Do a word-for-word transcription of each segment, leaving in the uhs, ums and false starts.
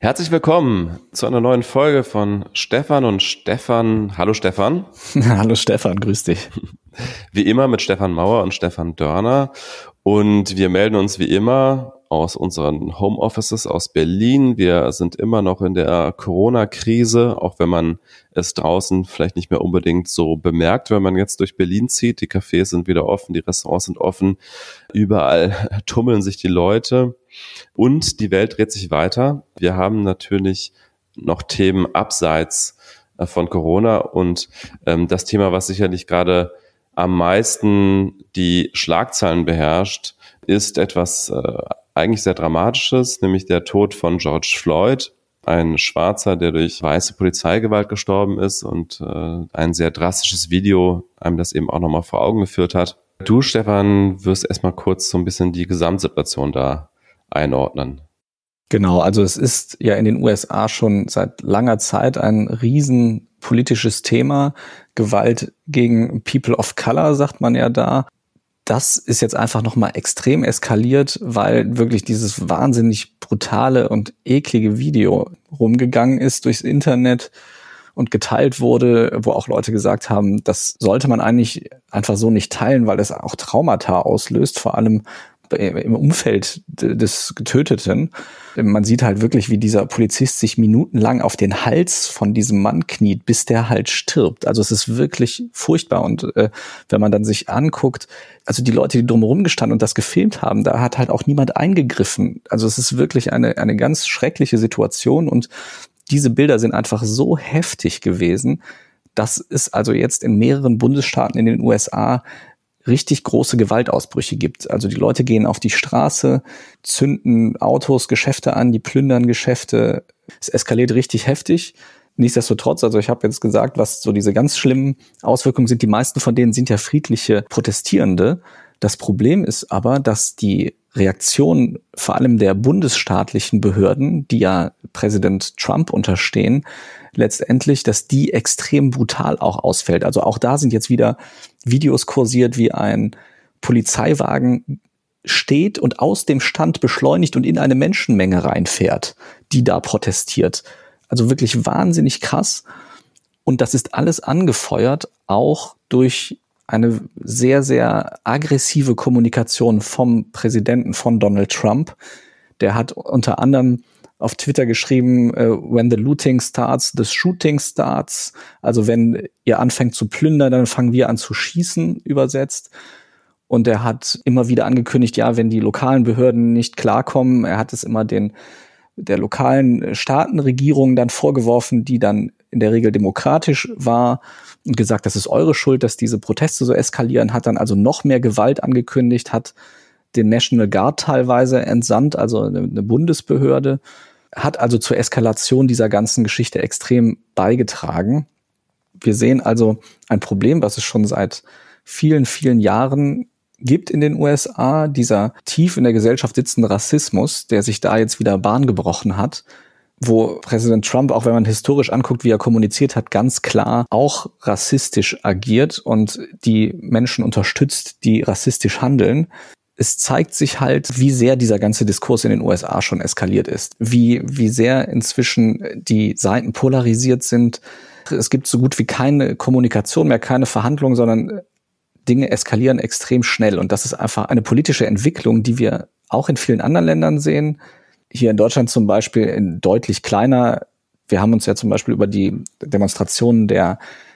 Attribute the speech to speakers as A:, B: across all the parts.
A: Herzlich willkommen zu einer neuen Folge von Stefan und Stefan. Hallo Stefan.
B: Hallo Stefan, grüß dich.
A: Wie immer mit Stefan Mauer und Stefan Dörner. Und wir melden uns wie immer aus unseren Homeoffices aus Berlin. Wir sind immer noch in der Corona-Krise, auch wenn man es draußen vielleicht nicht mehr unbedingt so bemerkt, wenn man jetzt durch Berlin zieht. Die Cafés sind wieder offen, die Restaurants sind offen. Überall tummeln sich die Leute. Und die Welt dreht sich weiter. Wir haben natürlich noch Themen abseits von Corona und ähm, das Thema, was sicherlich gerade am meisten die Schlagzeilen beherrscht, ist etwas äh, eigentlich sehr Dramatisches, nämlich der Tod von George Floyd, ein Schwarzer, der durch weiße Polizeigewalt gestorben ist und äh, ein sehr drastisches Video einem das eben auch nochmal vor Augen geführt hat. Du, Stefan, wirst erstmal kurz so ein bisschen die Gesamtsituation da einordnen.
B: Genau, also es ist ja in den U S A schon seit langer Zeit ein riesen politisches Thema. Gewalt gegen People of Color, sagt man ja da. Das ist jetzt einfach nochmal extrem eskaliert, weil wirklich dieses wahnsinnig brutale und eklige Video rumgegangen ist durchs Internet und geteilt wurde, wo auch Leute gesagt haben, das sollte man eigentlich einfach so nicht teilen, weil das auch Traumata auslöst, vor allem im Umfeld des Getöteten. Man sieht halt wirklich, wie dieser Polizist sich minutenlang auf den Hals von diesem Mann kniet, bis der halt stirbt. Also es ist wirklich furchtbar. Und äh, wenn man dann sich anguckt, also die Leute, die drumherum gestanden und das gefilmt haben, da hat halt auch niemand eingegriffen. Also es ist wirklich eine eine ganz schreckliche Situation. Und diese Bilder sind einfach so heftig gewesen, dass es also jetzt in mehreren Bundesstaaten in den U S A richtig große Gewaltausbrüche gibt. Also die Leute gehen auf die Straße, zünden Autos, Geschäfte an, die plündern Geschäfte. Es eskaliert richtig heftig. Nichtsdestotrotz, also ich habe jetzt gesagt, was so diese ganz schlimmen Auswirkungen sind, die meisten von denen sind ja friedliche Protestierende. Das Problem ist aber, dass die Reaktion vor allem der bundesstaatlichen Behörden, die ja Präsident Trump unterstehen, letztendlich, dass die extrem brutal auch ausfällt. Also auch da sind jetzt wieder Videos kursiert, wie ein Polizeiwagen steht und aus dem Stand beschleunigt und in eine Menschenmenge reinfährt, die da protestiert. Also wirklich wahnsinnig krass. Und das ist alles angefeuert auch durch eine sehr, sehr aggressive Kommunikation vom Präsidenten, von Donald Trump. Der hat unter anderem auf Twitter geschrieben, when the looting starts, the shooting starts. Also wenn ihr anfängt zu plündern, dann fangen wir an zu schießen, übersetzt. Und er hat immer wieder angekündigt, ja, wenn die lokalen Behörden nicht klarkommen, er hat es immer den der lokalen Staatenregierung dann vorgeworfen, die dann in der Regel demokratisch war, und gesagt, das ist eure Schuld, dass diese Proteste so eskalieren, hat dann also noch mehr Gewalt angekündigt, hat den National Guard teilweise entsandt, also eine, eine Bundesbehörde, hat also zur Eskalation dieser ganzen Geschichte extrem beigetragen. Wir sehen also ein Problem, was es schon seit vielen, vielen Jahren gibt in den U S A, dieser tief in der Gesellschaft sitzende Rassismus, der sich da jetzt wieder Bahn gebrochen hat, wo Präsident Trump, auch wenn man historisch anguckt, wie er kommuniziert hat, ganz klar auch rassistisch agiert und die Menschen unterstützt, die rassistisch handeln. Es zeigt sich halt, wie sehr dieser ganze Diskurs in den U S A schon eskaliert ist, wie wie sehr inzwischen die Seiten polarisiert sind. Es gibt so gut wie keine Kommunikation mehr, keine Verhandlungen, sondern Dinge eskalieren extrem schnell. Und das ist einfach eine politische Entwicklung, die wir auch in vielen anderen Ländern sehen. Hier in Deutschland zum Beispiel in deutlich kleiner. Wir haben uns ja zum Beispiel über die Demonstrationen der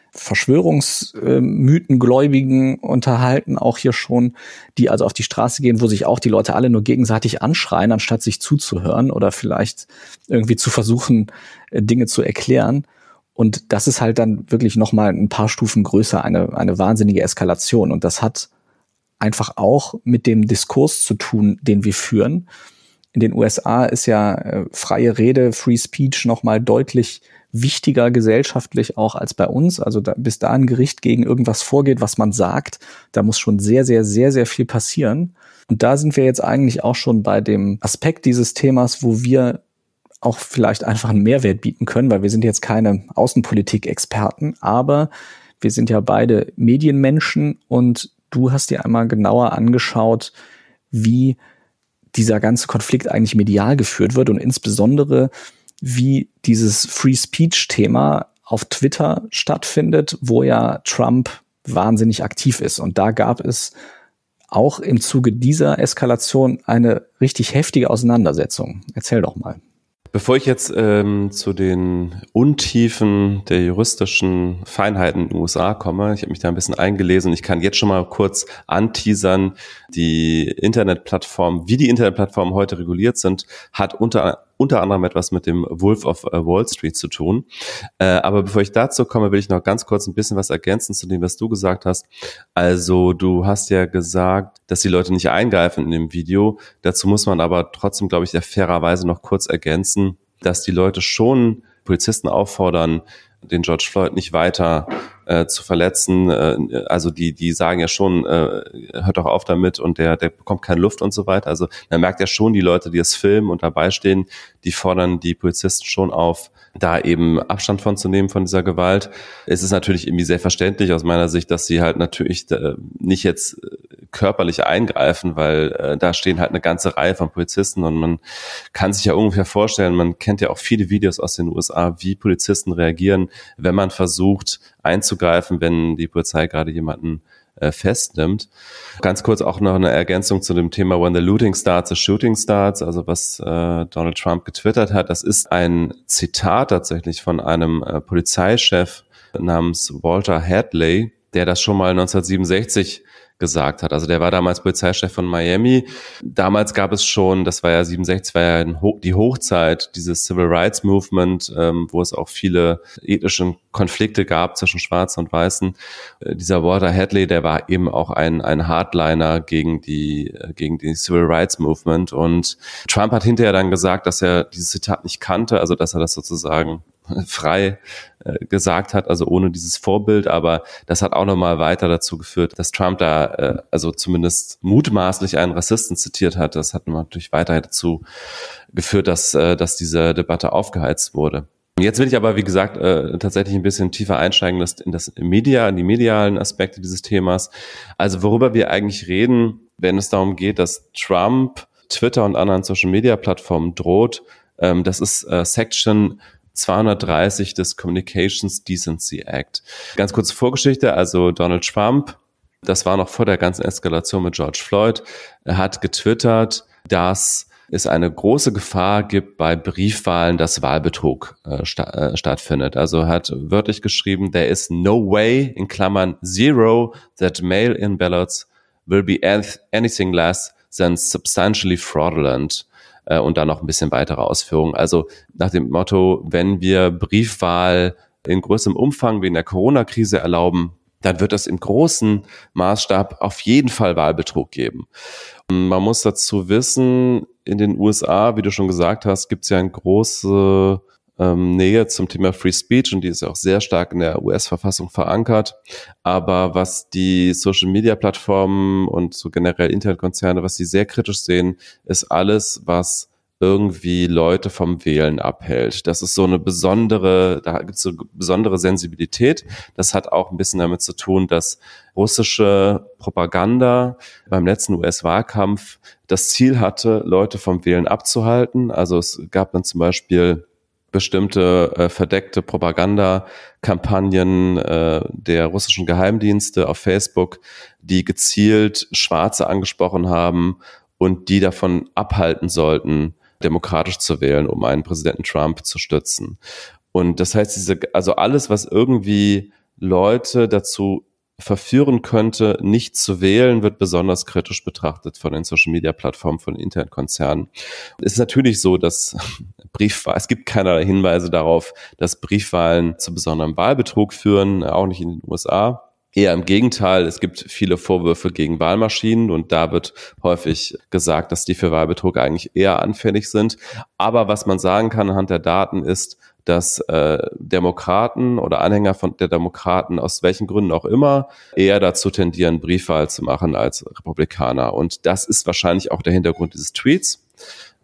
B: Verschwörungsmythengläubigen unterhalten, auch hier schon, die also auf die Straße gehen, wo sich auch die Leute alle nur gegenseitig anschreien, anstatt sich zuzuhören oder vielleicht irgendwie zu versuchen, Dinge zu erklären. Und das ist halt dann wirklich nochmal ein paar Stufen größer, eine, eine wahnsinnige Eskalation. Und das hat einfach auch mit dem Diskurs zu tun, den wir führen. In den U S A ist ja äh, freie Rede, Free Speech nochmal deutlich wichtiger gesellschaftlich auch als bei uns. Also da, bis da ein Gericht gegen irgendwas vorgeht, was man sagt, da muss schon sehr, sehr, sehr, sehr viel passieren. Und da sind wir jetzt eigentlich auch schon bei dem Aspekt dieses Themas, wo wir auch vielleicht einfach einen Mehrwert bieten können, weil wir sind jetzt keine Außenpolitik-Experten, aber wir sind ja beide Medienmenschen und du hast dir einmal genauer angeschaut, wie dieser ganze Konflikt eigentlich medial geführt wird und insbesondere wie dieses Free-Speech-Thema auf Twitter stattfindet, wo ja Trump wahnsinnig aktiv ist. Und da gab es auch im Zuge dieser Eskalation eine richtig heftige Auseinandersetzung. Erzähl doch mal.
A: Bevor ich jetzt ähm, zu den Untiefen der juristischen Feinheiten in den U S A komme, ich habe mich da ein bisschen eingelesen und ich kann jetzt schon mal kurz anteasern, die Internetplattform, wie die Internetplattformen heute reguliert sind, hat unter unter anderem etwas mit dem Wolf of Wall Street zu tun. Äh, aber bevor ich dazu komme, will ich noch ganz kurz ein bisschen was ergänzen zu dem, was du gesagt hast. Also du hast ja gesagt, dass die Leute nicht eingreifen in dem Video. Dazu muss man aber trotzdem, glaube ich, ja fairerweise noch kurz ergänzen, dass die Leute schon Polizisten auffordern, den George Floyd nicht weiter äh, zu verletzen. Äh, also die die sagen ja schon, äh, hört doch auf damit und der der bekommt keine Luft und so weiter. Also man merkt ja schon, die Leute, die es filmen und dabei stehen, die fordern die Polizisten schon auf, da eben Abstand von zu nehmen von dieser Gewalt. Es ist natürlich irgendwie sehr verständlich aus meiner Sicht, dass sie halt natürlich äh, nicht jetzt körperlich eingreifen, weil äh, da stehen halt eine ganze Reihe von Polizisten und man kann sich ja ungefähr vorstellen, man kennt ja auch viele Videos aus den U S A, wie Polizisten reagieren, wenn man versucht einzugreifen, wenn die Polizei gerade jemanden äh, festnimmt. Ganz kurz auch noch eine Ergänzung zu dem Thema When the looting starts, the shooting starts, also was äh, Donald Trump getwittert hat. Das ist ein Zitat tatsächlich von einem äh, Polizeichef namens Walter Hadley, der das schon mal neunzehnhundertsiebenundsechzig gesagt hat. Also der war damals Polizeichef von Miami. Damals gab es schon, das war ja siebenundsechzig, war ja die Hochzeit dieses Civil Rights Movement, ähm, wo es auch viele ethnische Konflikte gab zwischen Schwarzen und Weißen. Äh, dieser Walter Hadley, der war eben auch ein ein Hardliner gegen die äh, gegen die Civil Rights Movement. Und Trump hat hinterher dann gesagt, dass er dieses Zitat nicht kannte, also dass er das sozusagen frei äh, gesagt hat, also ohne dieses Vorbild, aber das hat auch nochmal weiter dazu geführt, dass Trump da äh, also zumindest mutmaßlich einen Rassisten zitiert hat. Das hat natürlich weiter dazu geführt, dass äh, dass diese Debatte aufgeheizt wurde. Jetzt will ich aber, wie gesagt, äh, tatsächlich ein bisschen tiefer einsteigen in das Media, in die medialen Aspekte dieses Themas. Also worüber wir eigentlich reden, wenn es darum geht, dass Trump Twitter und anderen Social-Media-Plattformen droht, ähm, das ist äh, Section zweihundertdreißig des Communications Decency Act. Ganz kurze Vorgeschichte, also Donald Trump, das war noch vor der ganzen Eskalation mit George Floyd, er hat getwittert, dass es eine große Gefahr gibt bei Briefwahlen, dass Wahlbetrug äh, sta- äh, stattfindet. Also er hat wörtlich geschrieben, there is no way, in Klammern zero, that mail-in ballots will be anything less than substantially fraudulent. Und dann noch ein bisschen weitere Ausführungen. Also nach dem Motto, wenn wir Briefwahl in größerem Umfang wegen der Corona-Krise erlauben, dann wird es im großen Maßstab auf jeden Fall Wahlbetrug geben. Und man muss dazu wissen, in den U S A, wie du schon gesagt hast, gibt es ja eine große ähm, Nähe zum Thema Free Speech und die ist ja auch sehr stark in der U S-Verfassung verankert. Aber was die Social-Media-Plattformen und so generell Internetkonzerne, was sie sehr kritisch sehen, ist alles, was irgendwie Leute vom Wählen abhält. Das ist so eine besondere, da gibt es so eine besondere Sensibilität. Das hat auch ein bisschen damit zu tun, dass russische Propaganda beim letzten U S-Wahlkampf das Ziel hatte, Leute vom Wählen abzuhalten. Also es gab dann zum Beispiel bestimmte äh, verdeckte Propagandakampagnen äh, der russischen Geheimdienste auf Facebook, die gezielt Schwarze angesprochen haben und die davon abhalten sollten, demokratisch zu wählen, um einen Präsidenten Trump zu stützen. Und das heißt, diese, also alles, was irgendwie Leute dazu verführen könnte, nicht zu wählen, wird besonders kritisch betrachtet von den Social-Media-Plattformen, von den Internetkonzernen. Es ist natürlich so, dass Briefwahlen, es gibt keinerlei Hinweise darauf, dass Briefwahlen zu besonderem Wahlbetrug führen, auch nicht in den U S A. Eher im Gegenteil, es gibt viele Vorwürfe gegen Wahlmaschinen und da wird häufig gesagt, dass die für Wahlbetrug eigentlich eher anfällig sind. Aber was man sagen kann anhand der Daten ist, dass äh, Demokraten oder Anhänger von der Demokraten aus welchen Gründen auch immer eher dazu tendieren, Briefwahl zu machen als Republikaner. Und das ist wahrscheinlich auch der Hintergrund dieses Tweets.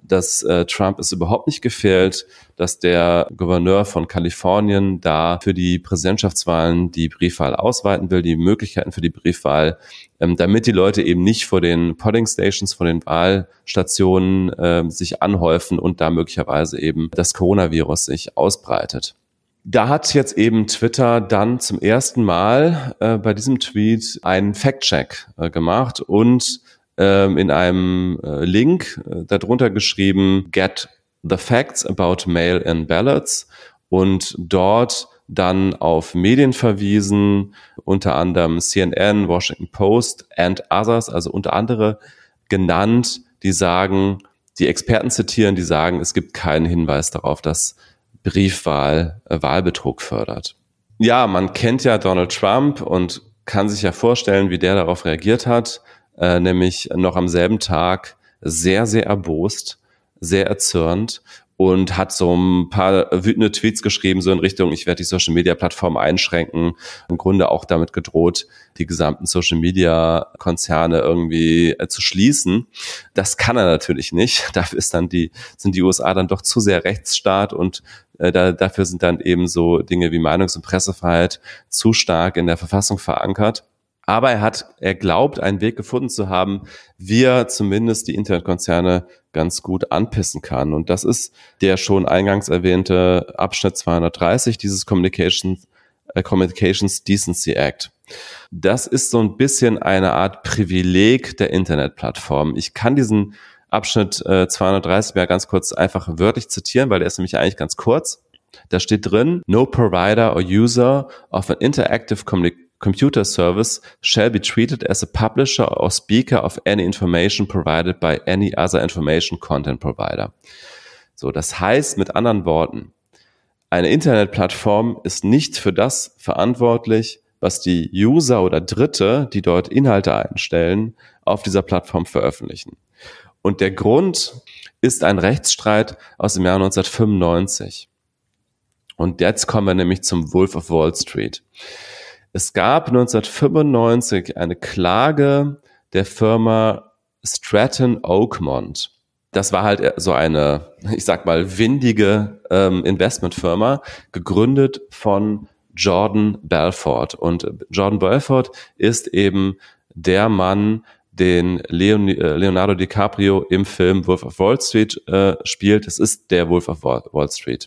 A: dass äh, Trump es überhaupt nicht gefällt, dass der Gouverneur von Kalifornien da für die Präsidentschaftswahlen die Briefwahl ausweiten will, die Möglichkeiten für die Briefwahl, ähm, damit die Leute eben nicht vor den Polling Stations, vor den Wahlstationen äh, sich anhäufen und da möglicherweise eben das Coronavirus sich ausbreitet. Da hat jetzt eben Twitter dann zum ersten Mal äh, bei diesem Tweet einen Fact-Check äh, gemacht und ähm, in einem äh, Link äh, darunter geschrieben, get the facts about mail-in ballots, und dort dann auf Medien verwiesen, unter anderem C N N, Washington Post and others, also unter andere genannt, die sagen, die Experten zitieren, die sagen, es gibt keinen Hinweis darauf, dass Briefwahl äh, Wahlbetrug fördert. Ja, man kennt ja Donald Trump und kann sich ja vorstellen, wie der darauf reagiert hat, äh, nämlich noch am selben Tag sehr, sehr erbost, sehr erzürnt und hat so ein paar wütende Tweets geschrieben, so in Richtung, ich werde die Social-Media-Plattform einschränken, im Grunde auch damit gedroht, die gesamten Social-Media-Konzerne irgendwie äh, zu schließen. Das kann er natürlich nicht. Dafür ist dann die, sind die U S A dann doch zu sehr Rechtsstaat und äh, da, dafür sind dann eben so Dinge wie Meinungs- und Pressefreiheit zu stark in der Verfassung verankert. Aber er hat, er glaubt, einen Weg gefunden zu haben, wie er zumindest die Internetkonzerne ganz gut anpissen kann. Und das ist der schon eingangs erwähnte Abschnitt zweihundertdreißig dieses Communications, äh, Communications Decency Act. Das ist so ein bisschen eine Art Privileg der Internetplattform. Ich kann diesen Abschnitt äh, zweihundertdreißig mal ganz kurz einfach wörtlich zitieren, weil der ist nämlich eigentlich ganz kurz. Da steht drin, no provider or user of an interactive communication computer service shall be treated as a publisher or speaker of any information provided by any other information content provider. So, das heißt mit anderen Worten, eine Internetplattform ist nicht für das verantwortlich, was die User oder Dritte, die dort Inhalte einstellen, auf dieser Plattform veröffentlichen. Und der Grund ist ein Rechtsstreit aus dem Jahr neunzehnhundertfünfundneunzig. Und jetzt kommen wir nämlich zum Wolf of Wall Street. Es gab neunzehnhundertfünfundneunzig eine Klage der Firma Stratton Oakmont. Das war halt so eine, ich sag mal, windige ähm, Investmentfirma, gegründet von Jordan Belfort. Und Jordan Belfort ist eben der Mann, den Leon, äh, Leonardo DiCaprio im Film Wolf of Wall Street äh, spielt. Es ist der Wolf of Wall Street.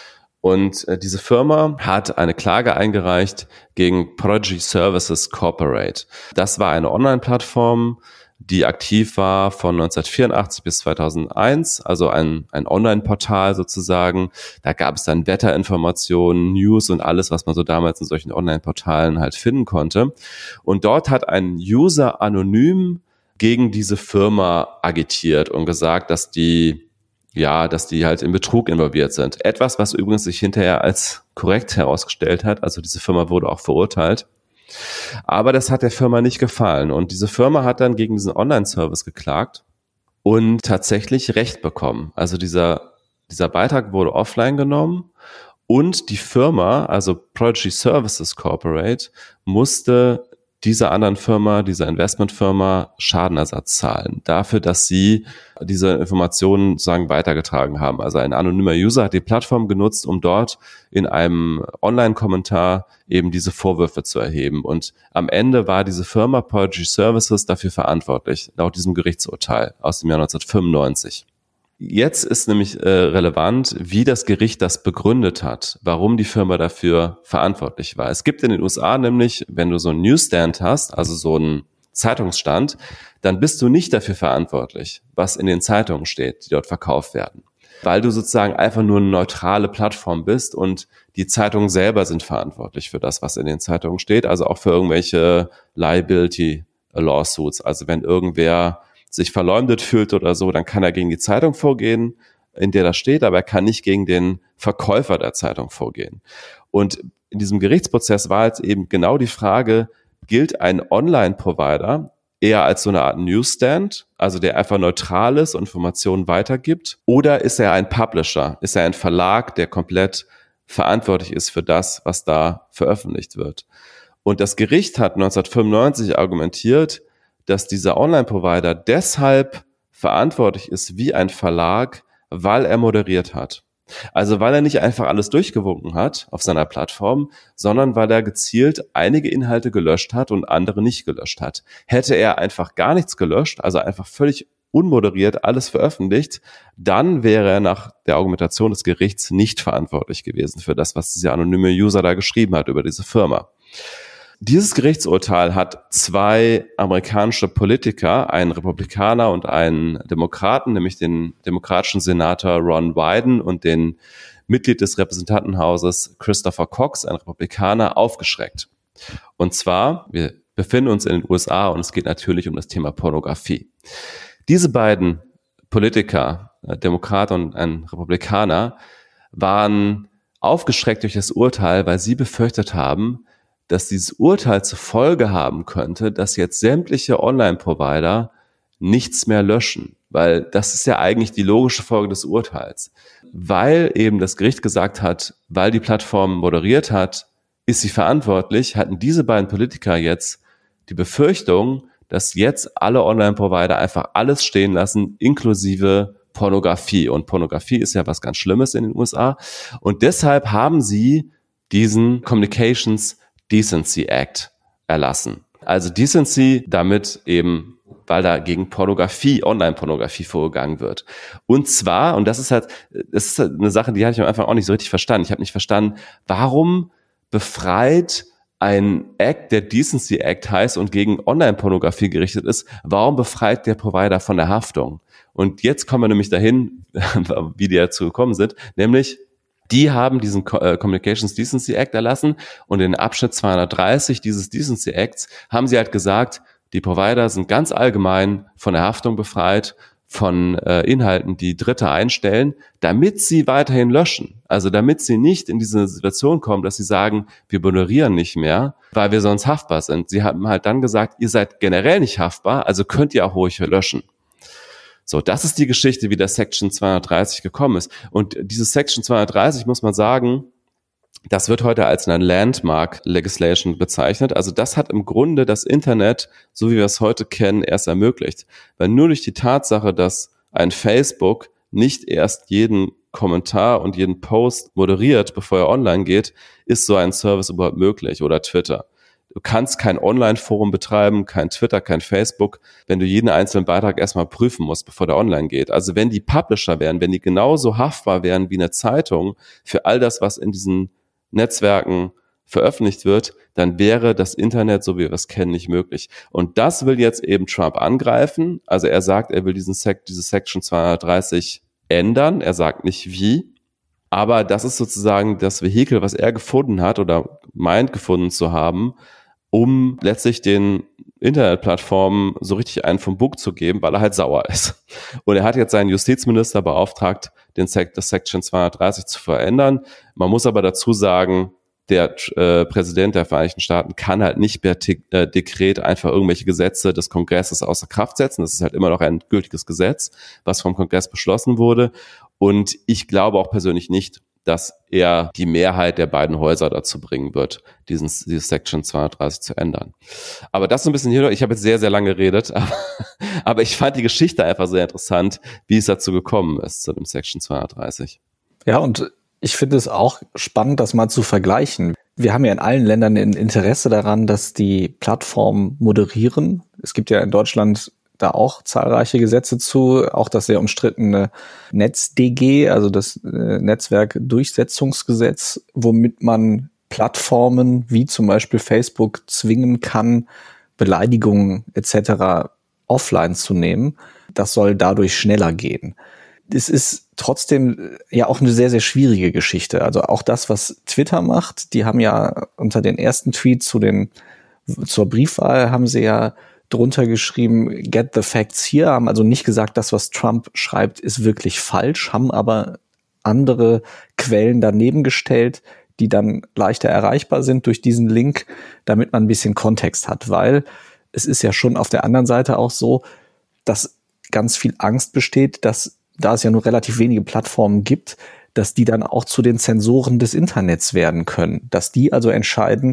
A: Und äh, diese Firma hat eine Klage eingereicht gegen Prodigy Services Corporate. Das war eine Online-Plattform, die aktiv war von neunzehnhundertvierundachtzig bis zweitausendeins, also ein, ein Online-Portal sozusagen. Da gab es dann Wetterinformationen, News und alles, was man so damals in solchen Online-Portalen halt finden konnte. Und dort hat ein User anonym gegen diese Firma agitiert und gesagt, dass die ja, dass die halt in Betrug involviert sind. Etwas, was übrigens sich hinterher als korrekt herausgestellt hat. Also diese Firma wurde auch verurteilt. Aber das hat der Firma nicht gefallen. Und diese Firma hat dann gegen diesen Online-Service geklagt und tatsächlich Recht bekommen. Also dieser, dieser Beitrag wurde offline genommen und die Firma, also Prodigy Services Corporate, musste dieser anderen Firma, dieser Investmentfirma Schadenersatz zahlen. Dafür, dass sie diese Informationen sozusagen weitergetragen haben. Also ein anonymer User hat die Plattform genutzt, um dort in einem Online-Kommentar eben diese Vorwürfe zu erheben. Und am Ende war diese Firma Prodigy Services dafür verantwortlich, laut diesem Gerichtsurteil aus dem Jahr neunzehnhundertfünfundneunzig. Jetzt ist nämlich äh, relevant, wie das Gericht das begründet hat, warum die Firma dafür verantwortlich war. Es gibt in den U S A nämlich, wenn du so einen Newsstand hast, also so einen Zeitungsstand, dann bist du nicht dafür verantwortlich, was in den Zeitungen steht, die dort verkauft werden. Weil du sozusagen einfach nur eine neutrale Plattform bist und die Zeitungen selber sind verantwortlich für das, was in den Zeitungen steht, also auch für irgendwelche Liability Lawsuits. Also wenn irgendwer sich verleumdet fühlt oder so, dann kann er gegen die Zeitung vorgehen, in der das steht, aber er kann nicht gegen den Verkäufer der Zeitung vorgehen. Und in diesem Gerichtsprozess war jetzt eben genau die Frage, gilt ein Online-Provider eher als so eine Art Newsstand, also der einfach neutral ist und Informationen weitergibt, oder ist er ein Publisher, ist er ein Verlag, der komplett verantwortlich ist für das, was da veröffentlicht wird. Und das Gericht hat neunzehnhundertfünfundneunzig argumentiert, dass dieser Online-Provider deshalb verantwortlich ist wie ein Verlag, weil er moderiert hat. Also weil er nicht einfach alles durchgewunken hat auf seiner Plattform, sondern weil er gezielt einige Inhalte gelöscht hat und andere nicht gelöscht hat. Hätte er einfach gar nichts gelöscht, also einfach völlig unmoderiert alles veröffentlicht, dann wäre er nach der Argumentation des Gerichts nicht verantwortlich gewesen für das, was dieser anonyme User da geschrieben hat über diese Firma. Dieses Gerichtsurteil hat zwei amerikanische Politiker, einen Republikaner und einen Demokraten, nämlich den demokratischen Senator Ron Wyden und den Mitglied des Repräsentantenhauses Christopher Cox, ein Republikaner, aufgeschreckt. Und zwar, wir befinden uns in den U S A und es geht natürlich um das Thema Pornografie. Diese beiden Politiker, ein Demokrat und ein Republikaner, waren aufgeschreckt durch das Urteil, weil sie befürchtet haben, dass dieses Urteil zur Folge haben könnte, dass jetzt sämtliche Online-Provider nichts mehr löschen, weil das ist ja eigentlich die logische Folge des Urteils. Weil eben das Gericht gesagt hat, weil die Plattform moderiert hat, ist sie verantwortlich, hatten diese beiden Politiker jetzt die Befürchtung, dass jetzt alle Online-Provider einfach alles stehen lassen, inklusive Pornografie. Und Pornografie ist ja was ganz Schlimmes in den U S A. Und deshalb haben sie diesen Communications Decency Act erlassen. Also Decency, damit eben, weil da gegen Pornografie, Online-Pornografie vorgegangen wird. Und zwar, und das ist halt, das ist halt eine Sache, die hatte ich am Anfang auch nicht so richtig verstanden. Ich habe nicht verstanden, warum befreit ein Act, der Decency Act heißt und gegen Online-Pornografie gerichtet ist, warum befreit der Provider von der Haftung? Und jetzt kommen wir nämlich dahin, wie die dazu gekommen sind, nämlich die haben diesen Communications Decency Act erlassen und in Abschnitt zweihundertdreißig dieses Decency Acts haben sie halt gesagt, die Provider sind ganz allgemein von der Haftung befreit, von äh, Inhalten, die Dritte einstellen, damit sie weiterhin löschen. Also damit sie nicht in diese Situation kommen, dass sie sagen, wir moderieren nicht mehr, weil wir sonst haftbar sind. Sie haben halt dann gesagt, ihr seid generell nicht haftbar, also könnt ihr auch ruhig löschen. So, das ist die Geschichte, wie der Section zweihundertdreißig gekommen ist. Und diese Section zweihundertdreißig, muss man sagen, das wird heute als eine Landmark Legislation bezeichnet. Also das hat im Grunde das Internet, so wie wir es heute kennen, erst ermöglicht. Weil nur durch die Tatsache, dass ein Facebook nicht erst jeden Kommentar und jeden Post moderiert, bevor er online geht, ist so ein Service überhaupt möglich, oder Twitter. Du kannst kein Online-Forum betreiben, kein Twitter, kein Facebook, wenn du jeden einzelnen Beitrag erstmal prüfen musst, bevor der online geht. Also wenn die Publisher wären, wenn die genauso haftbar wären wie eine Zeitung für all das, was in diesen Netzwerken veröffentlicht wird, dann wäre das Internet, so wie wir es kennen, nicht möglich. Und das will jetzt eben Trump angreifen. Also er sagt, er will diesen Sek- diese Section zweihundertdreißig ändern. Er sagt nicht wie. Aber das ist sozusagen das Vehikel, was er gefunden hat oder meint gefunden zu haben, um letztlich den Internetplattformen so richtig einen vom Bug zu geben, weil er halt sauer ist. Und er hat jetzt seinen Justizminister beauftragt, den Sek- das Section zweihundertdreißig zu verändern. Man muss aber dazu sagen, der äh, Präsident der Vereinigten Staaten kann halt nicht per T- äh, Dekret einfach irgendwelche Gesetze des Kongresses außer Kraft setzen. Das ist halt immer noch ein gültiges Gesetz, was vom Kongress beschlossen wurde. Und ich glaube auch persönlich nicht, dass er die Mehrheit der beiden Häuser dazu bringen wird, diesen, dieses Section zweihundertdreißig zu ändern. Aber das so ein bisschen hier, ich habe jetzt sehr, sehr lange geredet, aber, aber ich fand die Geschichte einfach sehr interessant, wie es dazu gekommen ist, zu dem Section zweihundertdreißig.
B: Ja, und ich finde es auch spannend, das mal zu vergleichen. Wir haben ja in allen Ländern ein Interesse daran, dass die Plattformen moderieren. Es gibt ja in Deutschland da auch zahlreiche Gesetze zu, auch das sehr umstrittene NetzDG, also das äh, Netzwerkdurchsetzungsgesetz, womit man Plattformen wie zum Beispiel Facebook zwingen kann, Beleidigungen et cetera offline zu nehmen. Das soll dadurch schneller gehen. Es ist trotzdem ja auch eine sehr, sehr schwierige Geschichte. Also auch das, was Twitter macht, die haben ja unter den ersten Tweets zu den, zur Briefwahl haben sie ja drunter geschrieben, get the facts here, haben also nicht gesagt, das, was Trump schreibt, ist wirklich falsch, haben aber andere Quellen daneben gestellt, die dann leichter erreichbar sind durch diesen Link, damit man ein bisschen Kontext hat, weil es ist ja schon auf der anderen Seite auch so, dass ganz viel Angst besteht, dass, da es ja nur relativ wenige Plattformen gibt, dass die dann auch zu den Zensoren des Internets werden können, dass die also entscheiden,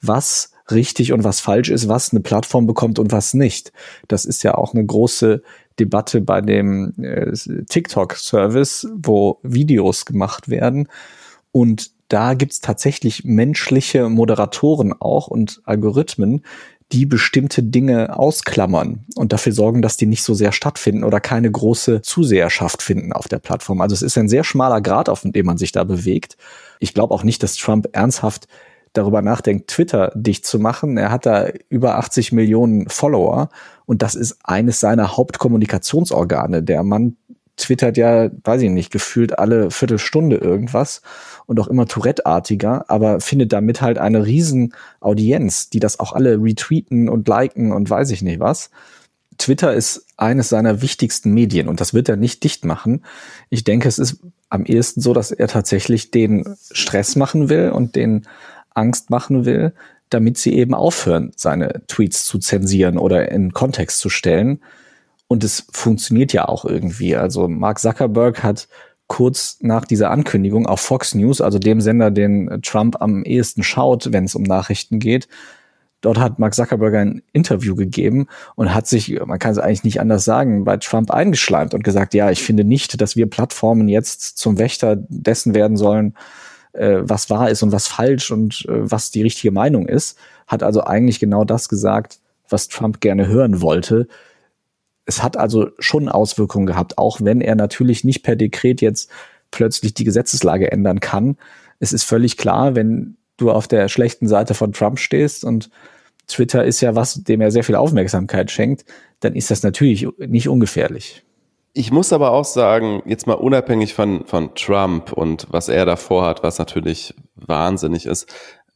B: was richtig und was falsch ist, was eine Plattform bekommt und was nicht. Das ist ja auch eine große Debatte bei dem äh, TikTok-Service, wo Videos gemacht werden. Und da gibt's tatsächlich menschliche Moderatoren auch und Algorithmen, die bestimmte Dinge ausklammern und dafür sorgen, dass die nicht so sehr stattfinden oder keine große Zuseherschaft finden auf der Plattform. Also es ist ein sehr schmaler Grat, auf dem man sich da bewegt. Ich glaube auch nicht, dass Trump ernsthaft darüber nachdenkt, Twitter dicht zu machen. Er hat da über achtzig Millionen Follower und das ist eines seiner Hauptkommunikationsorgane. Der Mann twittert ja, weiß ich nicht, gefühlt alle Viertelstunde irgendwas und auch immer Tourette-artiger, aber findet damit halt eine riesen Audienz, die das auch alle retweeten und liken und weiß ich nicht was. Twitter ist eines seiner wichtigsten Medien und das wird er nicht dicht machen. Ich denke, es ist am ehesten so, dass er tatsächlich den Stress machen will und den Angst machen will, damit sie eben aufhören, seine Tweets zu zensieren oder in Kontext zu stellen. Und es funktioniert ja auch irgendwie. Also Mark Zuckerberg hat kurz nach dieser Ankündigung auf Fox News, also dem Sender, den Trump am ehesten schaut, wenn es um Nachrichten geht, dort hat Mark Zuckerberg ein Interview gegeben und hat sich, man kann es eigentlich nicht anders sagen, bei Trump eingeschleimt und gesagt, ja, ich finde nicht, dass wir Plattformen jetzt zum Wächter dessen werden sollen, äh, was wahr ist und was falsch und äh, was die richtige Meinung ist. Hat also eigentlich genau das gesagt, was Trump gerne hören wollte. Es hat also schon Auswirkungen gehabt, auch wenn er natürlich nicht per Dekret jetzt plötzlich die Gesetzeslage ändern kann. Es ist völlig klar, wenn du auf der schlechten Seite von Trump stehst und Twitter ist ja was, dem er sehr viel Aufmerksamkeit schenkt, dann ist das natürlich nicht ungefährlich.
A: Ich muss aber auch sagen, jetzt mal unabhängig von, von Trump und was er da vorhat, was natürlich wahnsinnig ist,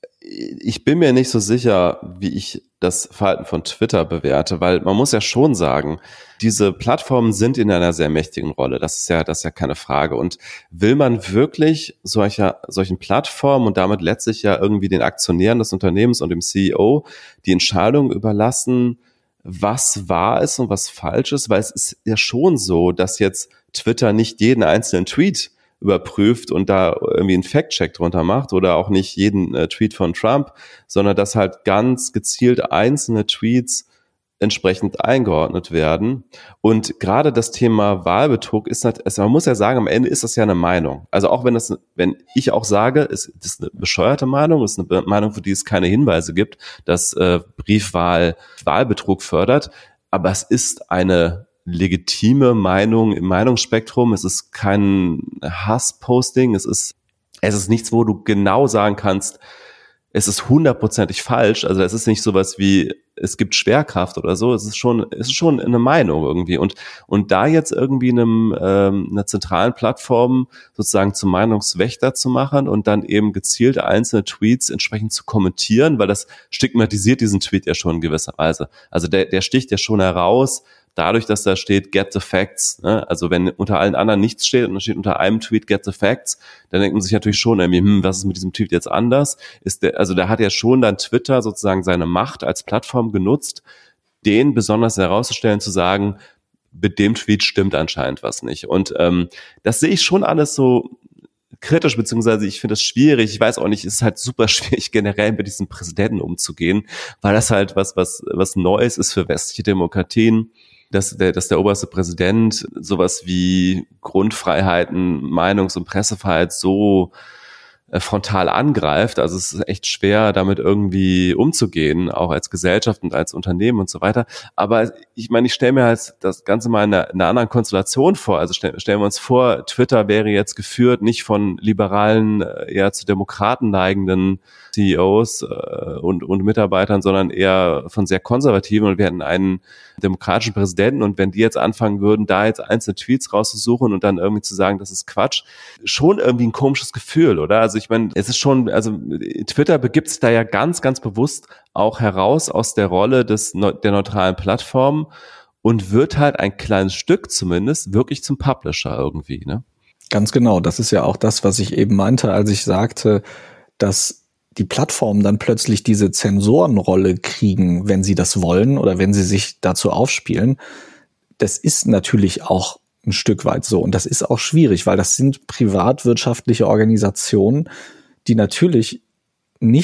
A: ich bin mir nicht so sicher, wie ich das Verhalten von Twitter bewerte, weil man muss ja schon sagen, diese Plattformen sind in einer sehr mächtigen Rolle. Das ist ja, das ist ja keine Frage. Und will man wirklich solcher, solchen Plattformen und damit letztlich ja irgendwie den Aktionären des Unternehmens und dem C E O die Entscheidung überlassen, was wahr ist und was falsch ist? Weil es ist ja schon so, dass jetzt Twitter nicht jeden einzelnen Tweet überprüft und da irgendwie einen Fact-Check drunter macht oder auch nicht jeden äh, Tweet von Trump, sondern dass halt ganz gezielt einzelne Tweets entsprechend eingeordnet werden. Und gerade das Thema Wahlbetrug ist halt, also man muss ja sagen, am Ende ist das ja eine Meinung. Also auch wenn das, wenn ich auch sage, es ist eine bescheuerte Meinung, es ist eine Meinung, für die es keine Hinweise gibt, dass äh, Briefwahl Wahlbetrug fördert, aber es ist eine legitime Meinung im Meinungsspektrum. Es ist kein Hassposting. Es ist, es ist nichts, wo du genau sagen kannst, es ist hundertprozentig falsch. Also es ist nicht sowas wie, es gibt Schwerkraft oder so. Es ist schon, es ist schon eine Meinung irgendwie. Und, und da jetzt irgendwie einem, ähm, einer zentralen Plattform sozusagen zum Meinungswächter zu machen und dann eben gezielte einzelne Tweets entsprechend zu kommentieren, weil das stigmatisiert diesen Tweet ja schon in gewisser Weise. Also der, der sticht ja schon heraus, dadurch, dass da steht, get the facts, ne? Also wenn unter allen anderen nichts steht und da steht unter einem Tweet, get the facts, dann denkt man sich natürlich schon irgendwie, hm, was ist mit diesem Tweet jetzt anders? Ist der, also da hat ja schon dann Twitter sozusagen seine Macht als Plattform genutzt, den besonders herauszustellen, zu sagen, mit dem Tweet stimmt anscheinend was nicht. Und ähm, das sehe ich schon alles so kritisch, beziehungsweise ich finde es schwierig. Ich weiß auch nicht, es ist halt super schwierig, generell mit diesem Präsidenten umzugehen, weil das halt was, was, was Neues ist für westliche Demokratien. Dass der, dass der oberste Präsident sowas wie Grundfreiheiten, Meinungs- und Pressefreiheit so äh, frontal angreift. Also es ist echt schwer, damit irgendwie umzugehen, auch als Gesellschaft und als Unternehmen und so weiter. Aber ich meine, ich stelle mir halt das Ganze mal in einer, in einer anderen Konstellation vor. Also stell, stellen wir uns vor, Twitter wäre jetzt geführt nicht von liberalen, eher zu Demokraten neigenden C E Os äh, und, und Mitarbeitern, sondern eher von sehr konservativen, und wir hätten einen demokratischen Präsidenten, und wenn die jetzt anfangen würden, da jetzt einzelne Tweets rauszusuchen und dann irgendwie zu sagen, das ist Quatsch, schon irgendwie ein komisches Gefühl, oder? Also ich meine, es ist schon, also Twitter begibt sich da ja ganz, ganz bewusst auch heraus aus der Rolle des der neutralen Plattform und wird halt ein kleines Stück zumindest wirklich zum Publisher irgendwie, ne?
B: Ganz genau, das ist ja auch das, was ich eben meinte, als ich sagte, dass die Plattformen dann plötzlich diese Zensorenrolle kriegen, wenn sie das wollen oder wenn sie sich dazu aufspielen. Das ist natürlich auch ein Stück weit so. Und das ist auch schwierig, weil das sind privatwirtschaftliche Organisationen, die natürlich nicht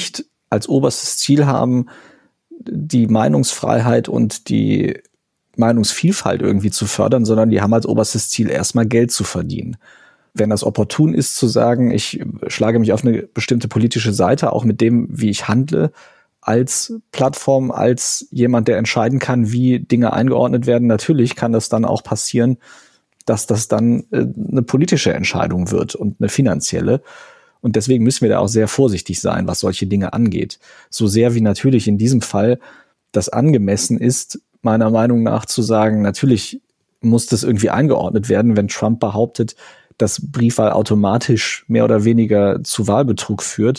B: als oberstes Ziel haben, die Meinungsfreiheit und die Meinungsvielfalt irgendwie zu fördern, sondern die haben als oberstes Ziel erstmal Geld zu verdienen. Wenn das opportun ist zu sagen, ich schlage mich auf eine bestimmte politische Seite, auch mit dem, wie ich handle, als Plattform, als jemand, der entscheiden kann, wie Dinge eingeordnet werden, natürlich kann das dann auch passieren, dass das dann äh, eine politische Entscheidung wird und eine finanzielle. Und deswegen müssen wir da auch sehr vorsichtig sein, was solche Dinge angeht. So sehr wie natürlich in diesem Fall das angemessen ist, meiner Meinung nach zu sagen, natürlich muss das irgendwie eingeordnet werden, wenn Trump behauptet, dass Briefwahl automatisch mehr oder weniger zu Wahlbetrug führt.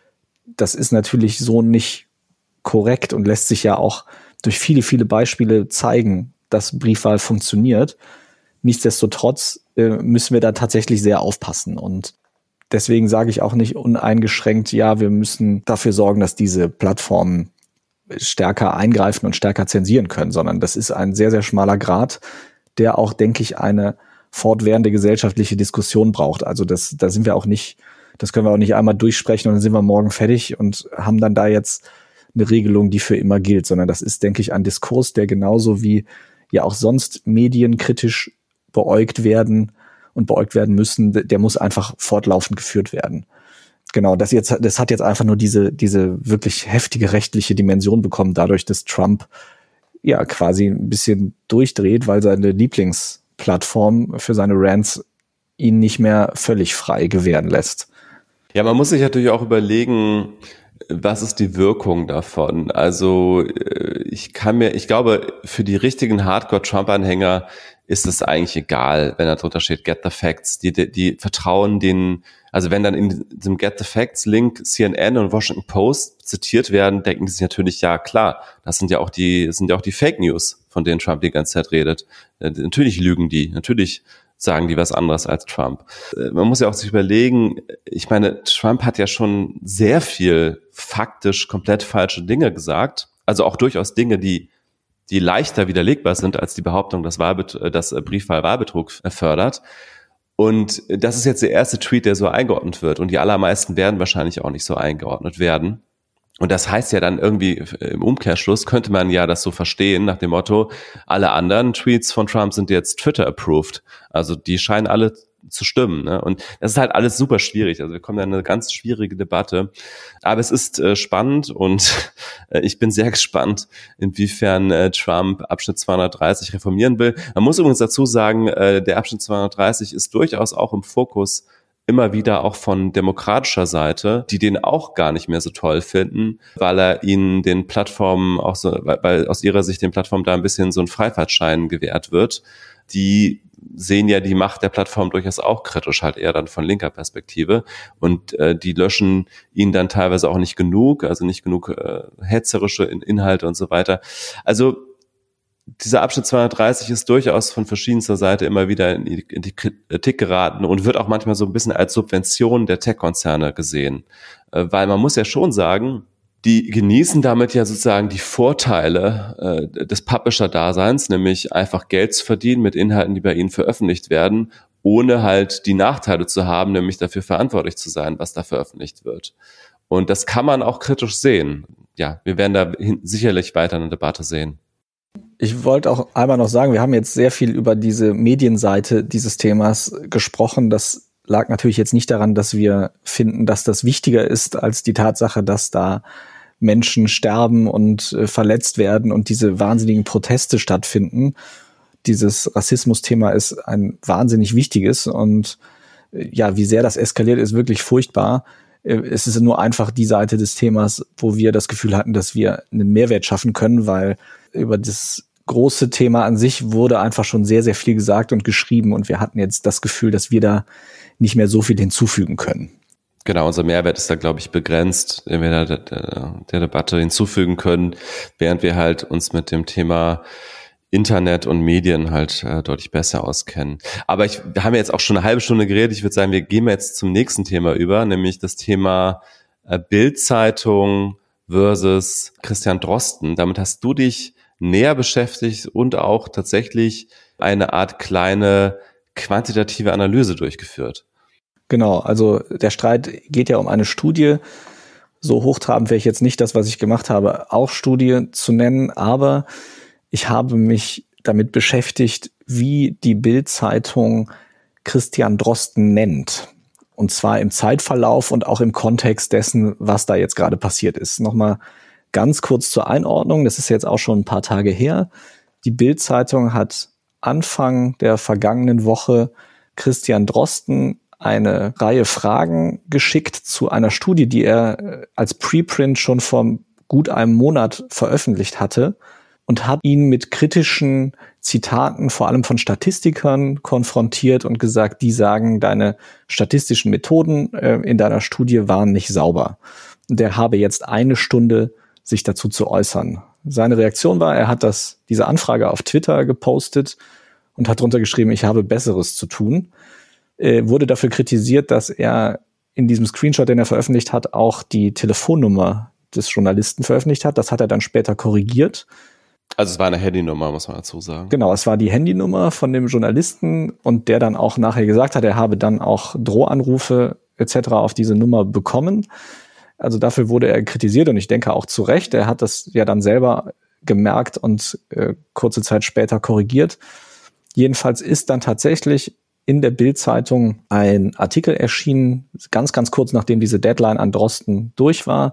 B: Das ist natürlich so nicht korrekt und lässt sich ja auch durch viele, viele Beispiele zeigen, dass Briefwahl funktioniert. Nichtsdestotrotz äh, müssen wir da tatsächlich sehr aufpassen. Und deswegen sage ich auch nicht uneingeschränkt, ja, wir müssen dafür sorgen, dass diese Plattformen stärker eingreifen und stärker zensieren können, sondern das ist ein sehr, sehr schmaler Grat, der auch, denke ich, eine fortwährende gesellschaftliche Diskussion braucht. Also das, da sind wir auch nicht, das können wir auch nicht einmal durchsprechen und dann sind wir morgen fertig und haben dann da jetzt eine Regelung, die für immer gilt, sondern das ist, denke ich, ein Diskurs, der genauso wie ja auch sonst medienkritisch beäugt werden und beäugt werden müssen, der muss einfach fortlaufend geführt werden. Genau, das jetzt, das hat jetzt einfach nur diese, diese wirklich heftige rechtliche Dimension bekommen, dadurch, dass Trump ja quasi ein bisschen durchdreht, weil seine Lieblingsplattform für seine Rants ihn nicht mehr völlig frei gewähren lässt.
A: Ja, man muss sich natürlich auch überlegen, was ist die Wirkung davon? Also ich kann mir, ich glaube, für die richtigen Hardcore-Trump-Anhänger ist es eigentlich egal, wenn da drunter steht Get the Facts. Die, die, die vertrauen den, also wenn dann in diesem Get the Facts-Link C N N und Washington Post zitiert werden, denken die sich natürlich, ja klar, das sind ja auch die, das sind ja auch die Fake News, von denen Trump die ganze Zeit redet. Natürlich lügen die, natürlich sagen die was anderes als Trump. Man muss ja auch sich überlegen, ich meine, Trump hat ja schon sehr viel faktisch komplett falsche Dinge gesagt, also auch durchaus Dinge, die die leichter widerlegbar sind als die Behauptung, dass, Wahlbet- dass Briefwahl-Wahlbetrug fördert. Und das ist jetzt der erste Tweet, der so eingeordnet wird. Und die allermeisten werden wahrscheinlich auch nicht so eingeordnet werden. Und das heißt ja dann irgendwie im Umkehrschluss könnte man ja das so verstehen nach dem Motto, alle anderen Tweets von Trump sind jetzt Twitter-approved. Also die scheinen alle zu stimmen. Ne? Und das ist halt alles super schwierig. Also wir kommen da in eine ganz schwierige Debatte. Aber es ist äh, spannend und äh, ich bin sehr gespannt, inwiefern äh, Trump Abschnitt zweihundertdreißig reformieren will. Man muss übrigens dazu sagen, äh, der Abschnitt zweihundertdreißig ist durchaus auch im Fokus immer wieder auch von demokratischer Seite, die den auch gar nicht mehr so toll finden, weil er ihnen den Plattformen auch so, weil, weil aus ihrer Sicht den Plattformen da ein bisschen so ein Freifahrtschein gewährt wird. Die sehen ja die Macht der Plattform durchaus auch kritisch, halt eher dann von linker Perspektive. Und äh, die löschen ihnen dann teilweise auch nicht genug, also nicht genug äh, hetzerische In- Inhalte und so weiter. Also dieser Abschnitt zweihundertdreißig ist durchaus von verschiedenster Seite immer wieder in die, in die Kritik geraten und wird auch manchmal so ein bisschen als Subvention der Tech-Konzerne gesehen. Äh, weil man muss ja schon sagen, die genießen damit ja sozusagen die Vorteile äh, des Publisher-Daseins, nämlich einfach Geld zu verdienen mit Inhalten, die bei ihnen veröffentlicht werden, ohne halt die Nachteile zu haben, nämlich dafür verantwortlich zu sein, was da veröffentlicht wird. Und das kann man auch kritisch sehen. Ja, wir werden da hin- sicherlich weiter eine Debatte sehen.
B: Ich wollte auch einmal noch sagen, wir haben jetzt sehr viel über diese Medienseite dieses Themas gesprochen. Das lag natürlich jetzt nicht daran, dass wir finden, dass das wichtiger ist als die Tatsache, dass da Menschen sterben und äh, verletzt werden und diese wahnsinnigen Proteste stattfinden. Dieses Rassismus-Thema ist ein wahnsinnig wichtiges und äh, ja, wie sehr das eskaliert, ist wirklich furchtbar. Äh, es ist nur einfach die Seite des Themas, wo wir das Gefühl hatten, dass wir einen Mehrwert schaffen können, weil über das große Thema an sich wurde einfach schon sehr, sehr viel gesagt und geschrieben und wir hatten jetzt das Gefühl, dass wir da nicht mehr so viel hinzufügen können.
A: Genau, unser Mehrwert ist da, glaube ich, begrenzt, den wir da der, der, der Debatte hinzufügen können, während wir halt uns mit dem Thema Internet und Medien halt äh, deutlich besser auskennen. Aber ich, wir haben ja jetzt auch schon eine halbe Stunde geredet. Ich würde sagen, wir gehen jetzt zum nächsten Thema über, nämlich das Thema äh, Bild-Zeitung versus Christian Drosten. Damit hast du dich näher beschäftigt und auch tatsächlich eine Art kleine quantitative Analyse durchgeführt.
B: Genau, also der Streit geht ja um eine Studie, so hochtrabend wäre ich jetzt nicht, das, was ich gemacht habe, auch Studie zu nennen, aber ich habe mich damit beschäftigt, wie die Bild-Zeitung Christian Drosten nennt. Und zwar im Zeitverlauf und auch im Kontext dessen, was da jetzt gerade passiert ist. Nochmal ganz kurz zur Einordnung, das ist jetzt auch schon ein paar Tage her. Die Bild-Zeitung hat Anfang der vergangenen Woche Christian Drosten eine Reihe Fragen geschickt zu einer Studie, die er als Preprint schon vor gut einem Monat veröffentlicht hatte und hat ihn mit kritischen Zitaten, vor allem von Statistikern, konfrontiert und gesagt, die sagen, deine statistischen Methoden äh, in deiner Studie waren nicht sauber. Und der habe jetzt eine Stunde, sich dazu zu äußern. Seine Reaktion war, er hat das, diese Anfrage auf Twitter gepostet und hat drunter geschrieben, ich habe Besseres zu tun. Äh, wurde dafür kritisiert, dass er in diesem Screenshot, den er veröffentlicht hat, auch die Telefonnummer des Journalisten veröffentlicht hat. Das hat er dann später korrigiert.
A: Also es war eine Handynummer, muss man dazu sagen.
B: Genau, es war die Handynummer von dem Journalisten und der dann auch nachher gesagt hat, er habe dann auch Drohanrufe et cetera auf diese Nummer bekommen. Also dafür wurde er kritisiert und ich denke auch zu Recht. Er hat das ja dann selber gemerkt und äh, kurze Zeit später korrigiert. Jedenfalls ist dann tatsächlich in der Bild-Zeitung ein Artikel erschienen, ganz, ganz kurz nachdem diese Deadline an Drosten durch war,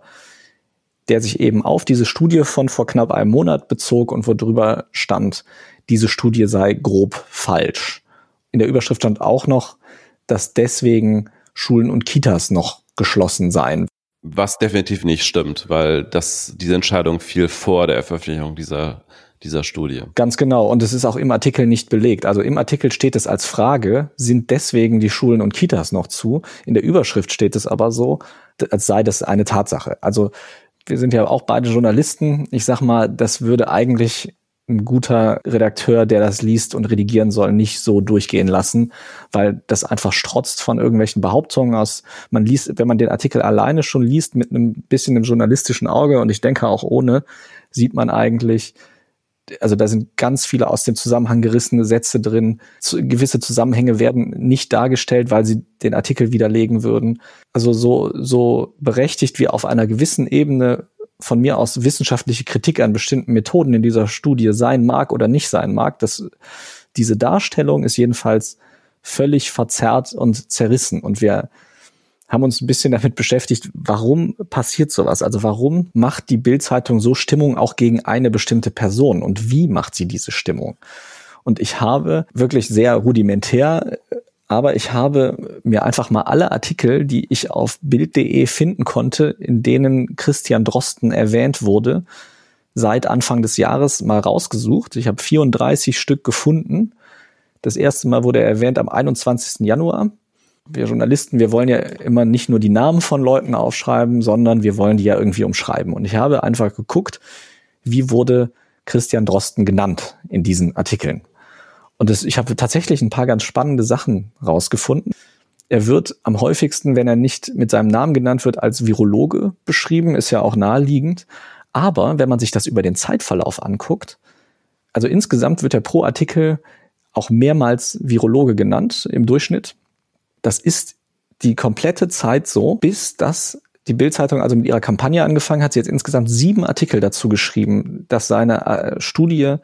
B: der sich eben auf diese Studie von vor knapp einem Monat bezog und wo drüber stand, diese Studie sei grob falsch. In der Überschrift stand auch noch, dass deswegen Schulen und Kitas noch geschlossen seien.
A: Was definitiv nicht stimmt, weil das, diese Entscheidung fiel vor der Veröffentlichung dieser, dieser Studie.
B: Ganz genau. Und es ist auch im Artikel nicht belegt. Also im Artikel steht es als Frage, sind deswegen die Schulen und Kitas noch zu? In der Überschrift steht es aber so, als sei das eine Tatsache. Also wir sind ja auch beide Journalisten. Ich sag mal, das würde eigentlich ein guter Redakteur, der das liest und redigieren soll, nicht so durchgehen lassen, weil das einfach strotzt von irgendwelchen Behauptungen aus. Man liest, wenn man den Artikel alleine schon liest mit einem bisschen einem journalistischen Auge und ich denke auch ohne, sieht man eigentlich, also da sind ganz viele aus dem Zusammenhang gerissene Sätze drin. Gewisse Zusammenhänge werden nicht dargestellt, weil sie den Artikel widerlegen würden. Also so, so berechtigt wie auf einer gewissen Ebene von mir aus wissenschaftliche Kritik an bestimmten Methoden in dieser Studie sein mag oder nicht sein mag, das, diese Darstellung ist jedenfalls völlig verzerrt und zerrissen. Und wir haben uns ein bisschen damit beschäftigt, warum passiert sowas? Also warum macht die Bild-Zeitung so Stimmung auch gegen eine bestimmte Person? Und wie macht sie diese Stimmung? Und ich habe wirklich sehr rudimentär, aber ich habe mir einfach mal alle Artikel, die ich auf bild punkt de finden konnte, in denen Christian Drosten erwähnt wurde, seit Anfang des Jahres mal rausgesucht. Ich habe vierunddreißig Stück gefunden. Das erste Mal wurde er erwähnt am einundzwanzigsten Januar. Wir Journalisten, wir wollen ja immer nicht nur die Namen von Leuten aufschreiben, sondern wir wollen die ja irgendwie umschreiben. Und ich habe einfach geguckt, wie wurde Christian Drosten genannt in diesen Artikeln. Und das, ich habe tatsächlich ein paar ganz spannende Sachen rausgefunden. Er wird am häufigsten, wenn er nicht mit seinem Namen genannt wird, als Virologe beschrieben, ist ja auch naheliegend. Aber wenn man sich das über den Zeitverlauf anguckt, also insgesamt wird er pro Artikel auch mehrmals Virologe genannt im Durchschnitt. Das ist die komplette Zeit so, bis das die Bild-Zeitung also mit ihrer Kampagne angefangen hat. Sie hat insgesamt sieben Artikel dazu geschrieben, dass seine äh, Studie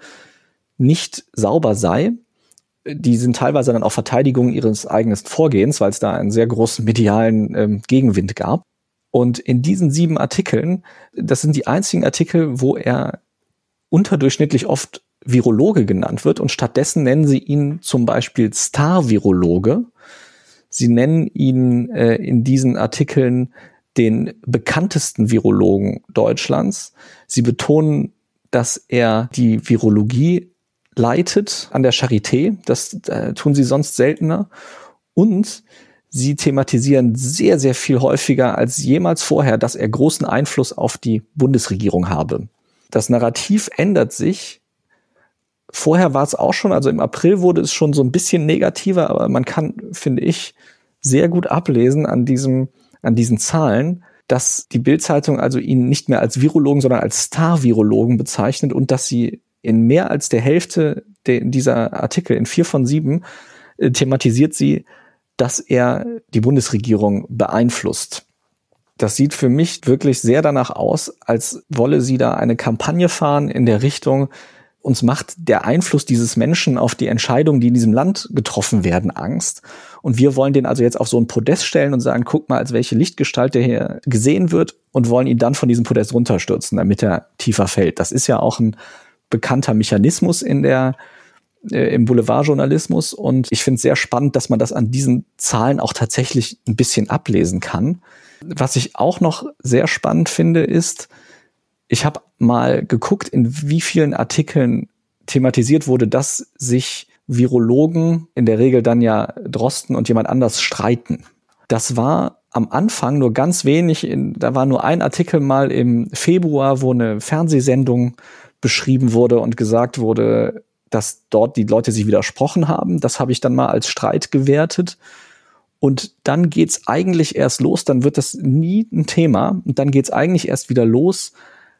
B: nicht sauber sei. Die sind teilweise dann auch Verteidigung ihres eigenen Vorgehens, weil es da einen sehr großen medialen ähm, Gegenwind gab. Und in diesen sieben Artikeln, das sind die einzigen Artikel, wo er unterdurchschnittlich oft Virologe genannt wird und stattdessen nennen sie ihn zum Beispiel Star-Virologe. Sie nennen ihn äh, in diesen Artikeln den bekanntesten Virologen Deutschlands. Sie betonen, dass er die Virologie leitet an der Charité. Das äh, tun sie sonst seltener. Und sie thematisieren sehr, sehr viel häufiger als jemals vorher, dass er großen Einfluss auf die Bundesregierung habe. Das Narrativ ändert sich. Vorher war es auch schon, also im April wurde es schon so ein bisschen negativer, aber man kann, finde ich, sehr gut ablesen an diesem, an diesen Zahlen, dass die Bild-Zeitung also ihn nicht mehr als Virologen, sondern als Star-Virologen bezeichnet und dass sie in mehr als der Hälfte de- dieser Artikel, in vier von sieben, äh, thematisiert sie, dass er die Bundesregierung beeinflusst. Das sieht für mich wirklich sehr danach aus, als wolle sie da eine Kampagne fahren in der Richtung, uns macht der Einfluss dieses Menschen auf die Entscheidungen, die in diesem Land getroffen werden, Angst. Und wir wollen den also jetzt auf so ein Podest stellen und sagen, guck mal, als welche Lichtgestalt der hier gesehen wird, und wollen ihn dann von diesem Podest runterstürzen, damit er tiefer fällt. Das ist ja auch ein bekannter Mechanismus in der äh, im Boulevardjournalismus. Und ich finde es sehr spannend, dass man das an diesen Zahlen auch tatsächlich ein bisschen ablesen kann. Was ich auch noch sehr spannend finde, ist, ich habe mal geguckt, in wie vielen Artikeln thematisiert wurde, dass sich Virologen, in der Regel dann ja Drosten und jemand anders, streiten. Das war am Anfang nur ganz wenig. In, da war nur ein Artikel mal im Februar, wo eine Fernsehsendung beschrieben wurde und gesagt wurde, dass dort die Leute sich widersprochen haben. Das habe ich dann mal als Streit gewertet. Und dann geht's eigentlich erst los, dann wird das nie ein Thema. Und dann geht's eigentlich erst wieder los,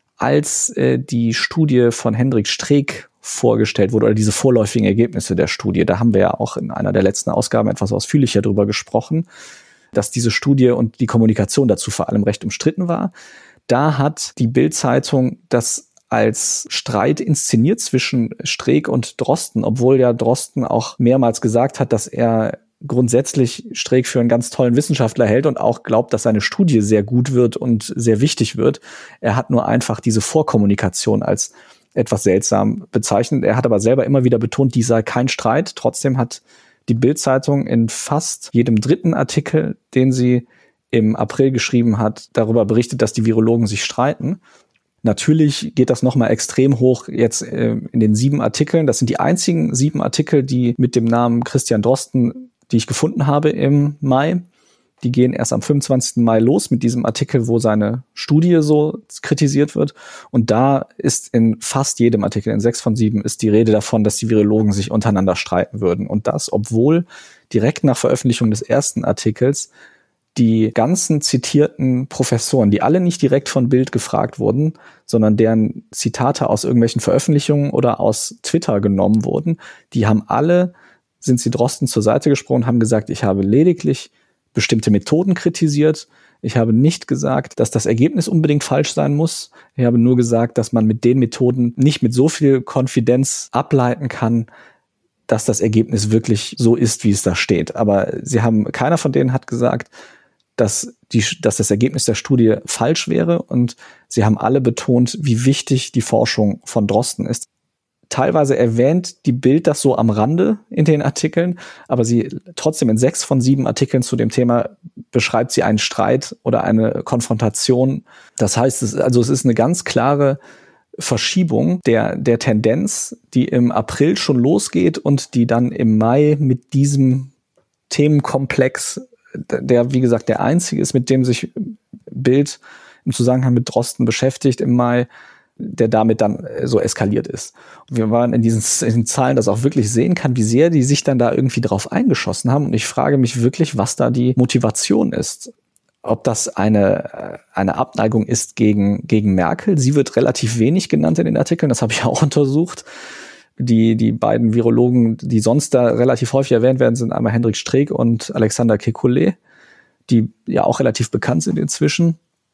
B: als äh, die Studie von Hendrik Streeck vorgestellt wurde, oder diese vorläufigen Ergebnisse der Studie. Da haben wir ja auch in einer der letzten Ausgaben etwas ausführlicher drüber gesprochen, dass diese Studie und die Kommunikation dazu vor allem recht umstritten war. Da hat die Bild-Zeitung das als Streit inszeniert zwischen Streeck und Drosten, obwohl ja Drosten auch mehrmals gesagt hat, dass er grundsätzlich Streeck für einen ganz tollen Wissenschaftler hält und auch glaubt, dass seine Studie sehr gut wird und sehr wichtig wird. Er hat nur einfach diese Vorkommunikation als etwas seltsam bezeichnet. Er hat aber selber immer wieder betont, dies sei kein Streit. Trotzdem hat die Bild-Zeitung in fast jedem dritten Artikel, den sie im April geschrieben hat, darüber berichtet, dass die Virologen sich streiten. Natürlich geht das nochmal extrem hoch jetzt äh, in den sieben Artikeln. Das sind die einzigen sieben Artikel, die mit dem Namen Christian Drosten, die ich gefunden habe im Mai. Die gehen erst am fünfundzwanzigsten Mai los mit diesem Artikel, wo seine Studie so kritisiert wird. Und da ist in fast jedem Artikel, in sechs von sieben, ist die Rede davon, dass die Virologen sich untereinander streiten würden. Und das, obwohl direkt nach Veröffentlichung des ersten Artikels die ganzen zitierten Professoren, die alle nicht direkt von Bild gefragt wurden, sondern deren Zitate aus irgendwelchen Veröffentlichungen oder aus Twitter genommen wurden, die haben alle, sind sie Drosten zur Seite gesprungen, haben gesagt, ich habe lediglich bestimmte Methoden kritisiert. Ich habe nicht gesagt, dass das Ergebnis unbedingt falsch sein muss. Ich habe nur gesagt, dass man mit den Methoden nicht mit so viel Konfidenz ableiten kann, dass das Ergebnis wirklich so ist, wie es da steht. Aber sie haben, keiner von denen hat gesagt, dass, die, dass das Ergebnis der Studie falsch wäre. Und sie haben alle betont, wie wichtig die Forschung von Drosten ist. Teilweise erwähnt die Bild das so am Rande in den Artikeln, aber sie trotzdem in sechs von sieben Artikeln zu dem Thema beschreibt sie einen Streit oder eine Konfrontation. Das heißt, es, also es ist eine ganz klare Verschiebung der, der Tendenz, die im April schon losgeht und die dann im Mai mit diesem Themenkomplex, der, wie gesagt, der einzige ist, mit dem sich Bild im Zusammenhang mit Drosten beschäftigt im Mai, der damit dann so eskaliert ist. Und wir waren in diesen, in den Zahlen, das auch wirklich sehen kann, wie sehr die sich dann da irgendwie drauf eingeschossen haben. Und ich frage mich wirklich, was da die Motivation ist. Ob das eine, eine Abneigung ist gegen, gegen Merkel. Sie wird relativ wenig genannt in den Artikeln, das habe ich auch untersucht. Die, die beiden Virologen, die sonst da relativ häufig erwähnt werden, sind einmal Hendrik Streeck und Alexander Kekulé, die ja auch relativ bekannt sind inzwischen.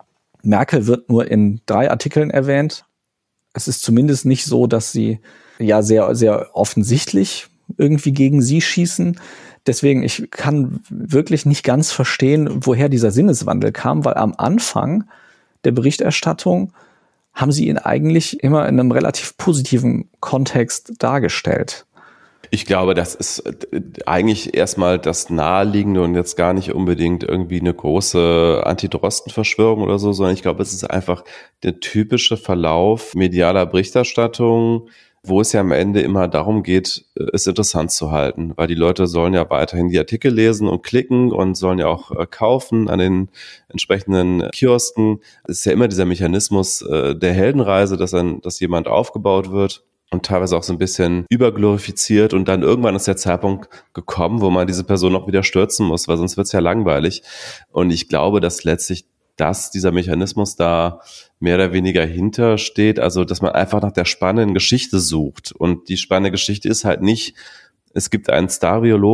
B: Merkel wird nur in drei Artikeln erwähnt. Es ist zumindest nicht so, dass sie ja sehr, sehr offensichtlich irgendwie gegen sie schießen. Deswegen, ich kann wirklich nicht ganz verstehen, woher dieser Sinneswandel kam, weil am Anfang der Berichterstattung haben sie ihn eigentlich immer in einem relativ positiven Kontext dargestellt.
A: Ich glaube, das ist eigentlich erstmal das Naheliegende und jetzt gar nicht unbedingt irgendwie eine große Anti-Drosten-Verschwörung oder so, sondern ich glaube, es ist einfach der typische Verlauf medialer Berichterstattung, wo es ja am Ende immer darum geht, es interessant zu halten, weil die Leute sollen ja weiterhin die Artikel lesen und klicken und sollen ja auch kaufen an den entsprechenden Kiosken. Es ist ja immer dieser Mechanismus der Heldenreise, dass ein, dass jemand aufgebaut wird und teilweise auch so ein bisschen überglorifiziert und dann irgendwann ist der Zeitpunkt gekommen, wo man diese Person noch wieder stürzen muss, weil sonst wird es ja langweilig. Und ich glaube, dass letztlich dass dieser Mechanismus da mehr oder weniger hintersteht, also dass man einfach nach der spannenden Geschichte sucht. Und die spannende Geschichte ist halt nicht, es gibt einen Star-Virologen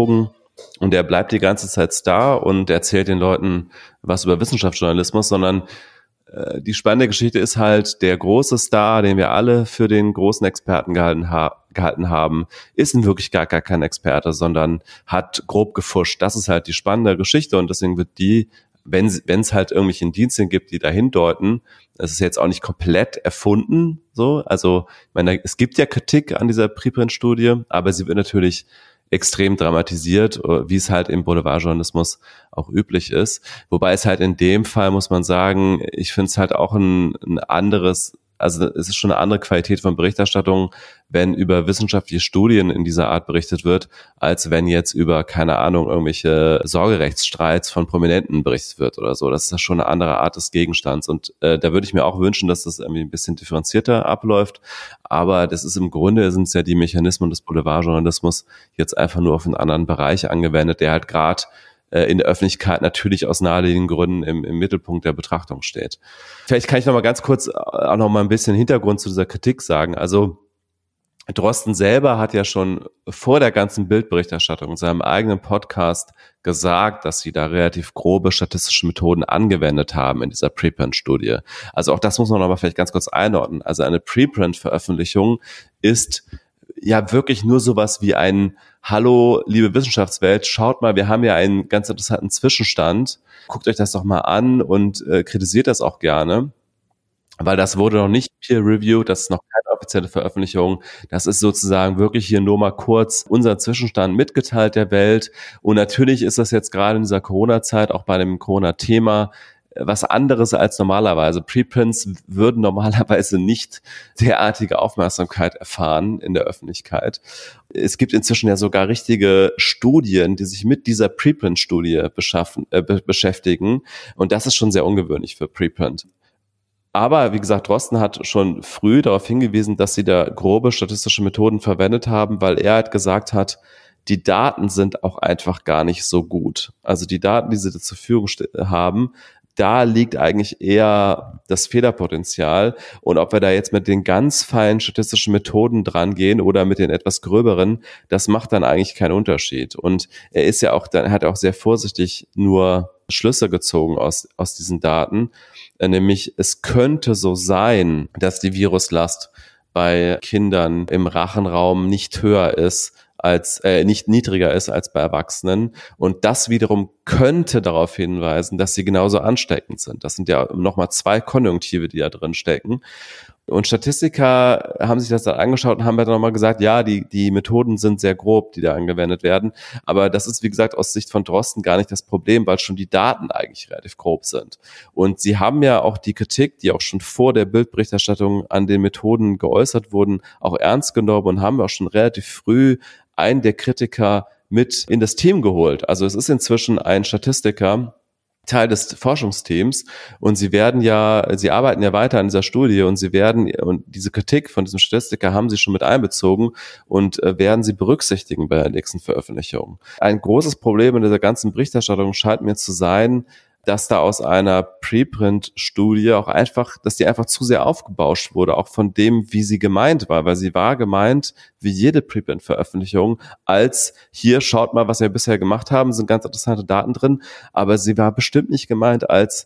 A: und der bleibt die ganze Zeit Star und erzählt den Leuten was über Wissenschaftsjournalismus, sondern äh, die spannende Geschichte ist halt, der große Star, den wir alle für den großen Experten gehalten, ha- gehalten haben, ist in Wirklichkeit gar kein Experte, sondern hat grob gefuscht. Das ist halt die spannende Geschichte und deswegen wird die, wenn es halt irgendwelche Indizien gibt, die dahin deuten, das ist jetzt auch nicht komplett erfunden, so, also, ich meine, es gibt ja Kritik an dieser Preprint-Studie, aber sie wird natürlich extrem dramatisiert, wie es halt im Boulevardjournalismus auch üblich ist. Wobei es halt in dem Fall, muss man sagen, ich finde es halt auch ein, ein anderes, also es ist schon eine andere Qualität von Berichterstattung, wenn über wissenschaftliche Studien in dieser Art berichtet wird, als wenn jetzt über, keine Ahnung, irgendwelche Sorgerechtsstreits von Prominenten berichtet wird oder so. Das ist ja schon eine andere Art des Gegenstands. Und äh, da würde ich mir auch wünschen, dass das irgendwie ein bisschen differenzierter abläuft. Aber das ist im Grunde, sind es ja die Mechanismen des Boulevardjournalismus jetzt einfach nur auf einen anderen Bereich angewendet, der halt gerade in der Öffentlichkeit natürlich aus naheliegenden Gründen im, im Mittelpunkt der Betrachtung steht. Vielleicht kann ich noch mal ganz kurz auch noch mal ein bisschen Hintergrund zu dieser Kritik sagen. Also Drosten selber hat ja schon vor der ganzen Bildberichterstattung in seinem eigenen Podcast gesagt, dass sie da relativ grobe statistische Methoden angewendet haben in dieser Preprint-Studie. Also auch das muss man noch mal vielleicht ganz kurz einordnen. Also eine Preprint-Veröffentlichung ist ja wirklich nur sowas wie ein Hallo, liebe Wissenschaftswelt, schaut mal, wir haben ja einen ganz interessanten Zwischenstand. Guckt euch das doch mal an und äh, kritisiert das auch gerne, weil das wurde noch nicht peer-reviewed, das ist noch keine offizielle Veröffentlichung. Das ist sozusagen wirklich hier nur mal kurz unser Zwischenstand mitgeteilt der Welt. Und natürlich ist das jetzt gerade in dieser Corona-Zeit, auch bei dem Corona-Thema, was anderes als normalerweise. Preprints würden normalerweise nicht derartige Aufmerksamkeit erfahren in der Öffentlichkeit. Es gibt inzwischen ja sogar richtige Studien, die sich mit dieser Preprint-Studie beschaffen, äh, be- beschäftigen. Und das ist schon sehr ungewöhnlich für Preprint. Aber wie gesagt, Drosten hat schon früh darauf hingewiesen, dass sie da grobe statistische Methoden verwendet haben, weil er halt gesagt hat, die Daten sind auch einfach gar nicht so gut. Also die Daten, die sie da zur Verfügung haben, da liegt eigentlich eher das Fehlerpotenzial. Und ob wir da jetzt mit den ganz feinen statistischen Methoden dran gehen oder mit den etwas gröberen, das macht dann eigentlich keinen Unterschied. Und er ist ja auch, dann hat er auch sehr vorsichtig nur Schlüsse gezogen aus, aus diesen Daten. Nämlich, es könnte so sein, dass die Viruslast bei Kindern im Rachenraum nicht höher ist, als äh, nicht niedriger ist als bei Erwachsenen. Und das wiederum könnte darauf hinweisen, dass sie genauso ansteckend sind. Das sind ja nochmal zwei Konjunktive, die da drin stecken. Und Statistiker haben sich das dann angeschaut und haben dann nochmal gesagt, ja, die, die Methoden sind sehr grob, die da angewendet werden. Aber das ist, wie gesagt, aus Sicht von Drosten gar nicht das Problem, weil schon die Daten eigentlich relativ grob sind. Und sie haben ja auch die Kritik, die auch schon vor der Bildberichterstattung an den Methoden geäußert wurden, auch ernst genommen und haben auch schon relativ früh einen der Kritiker mit in das Team geholt. Also es ist inzwischen ein Statistiker, Teil des Forschungsteams, und sie werden ja, sie arbeiten ja weiter an dieser Studie und sie werden, und diese Kritik von diesem Statistiker haben sie schon mit einbezogen und äh, werden sie berücksichtigen bei der nächsten Veröffentlichung. Ein großes Problem in dieser ganzen Berichterstattung scheint mir zu sein, dass da aus einer Preprint-Studie auch einfach, dass die einfach zu sehr aufgebauscht wurde, auch von dem, wie sie gemeint war, weil sie war gemeint, wie jede Preprint-Veröffentlichung, als hier, schaut mal, was wir bisher gemacht haben, sind ganz interessante Daten drin, aber sie war bestimmt nicht gemeint als,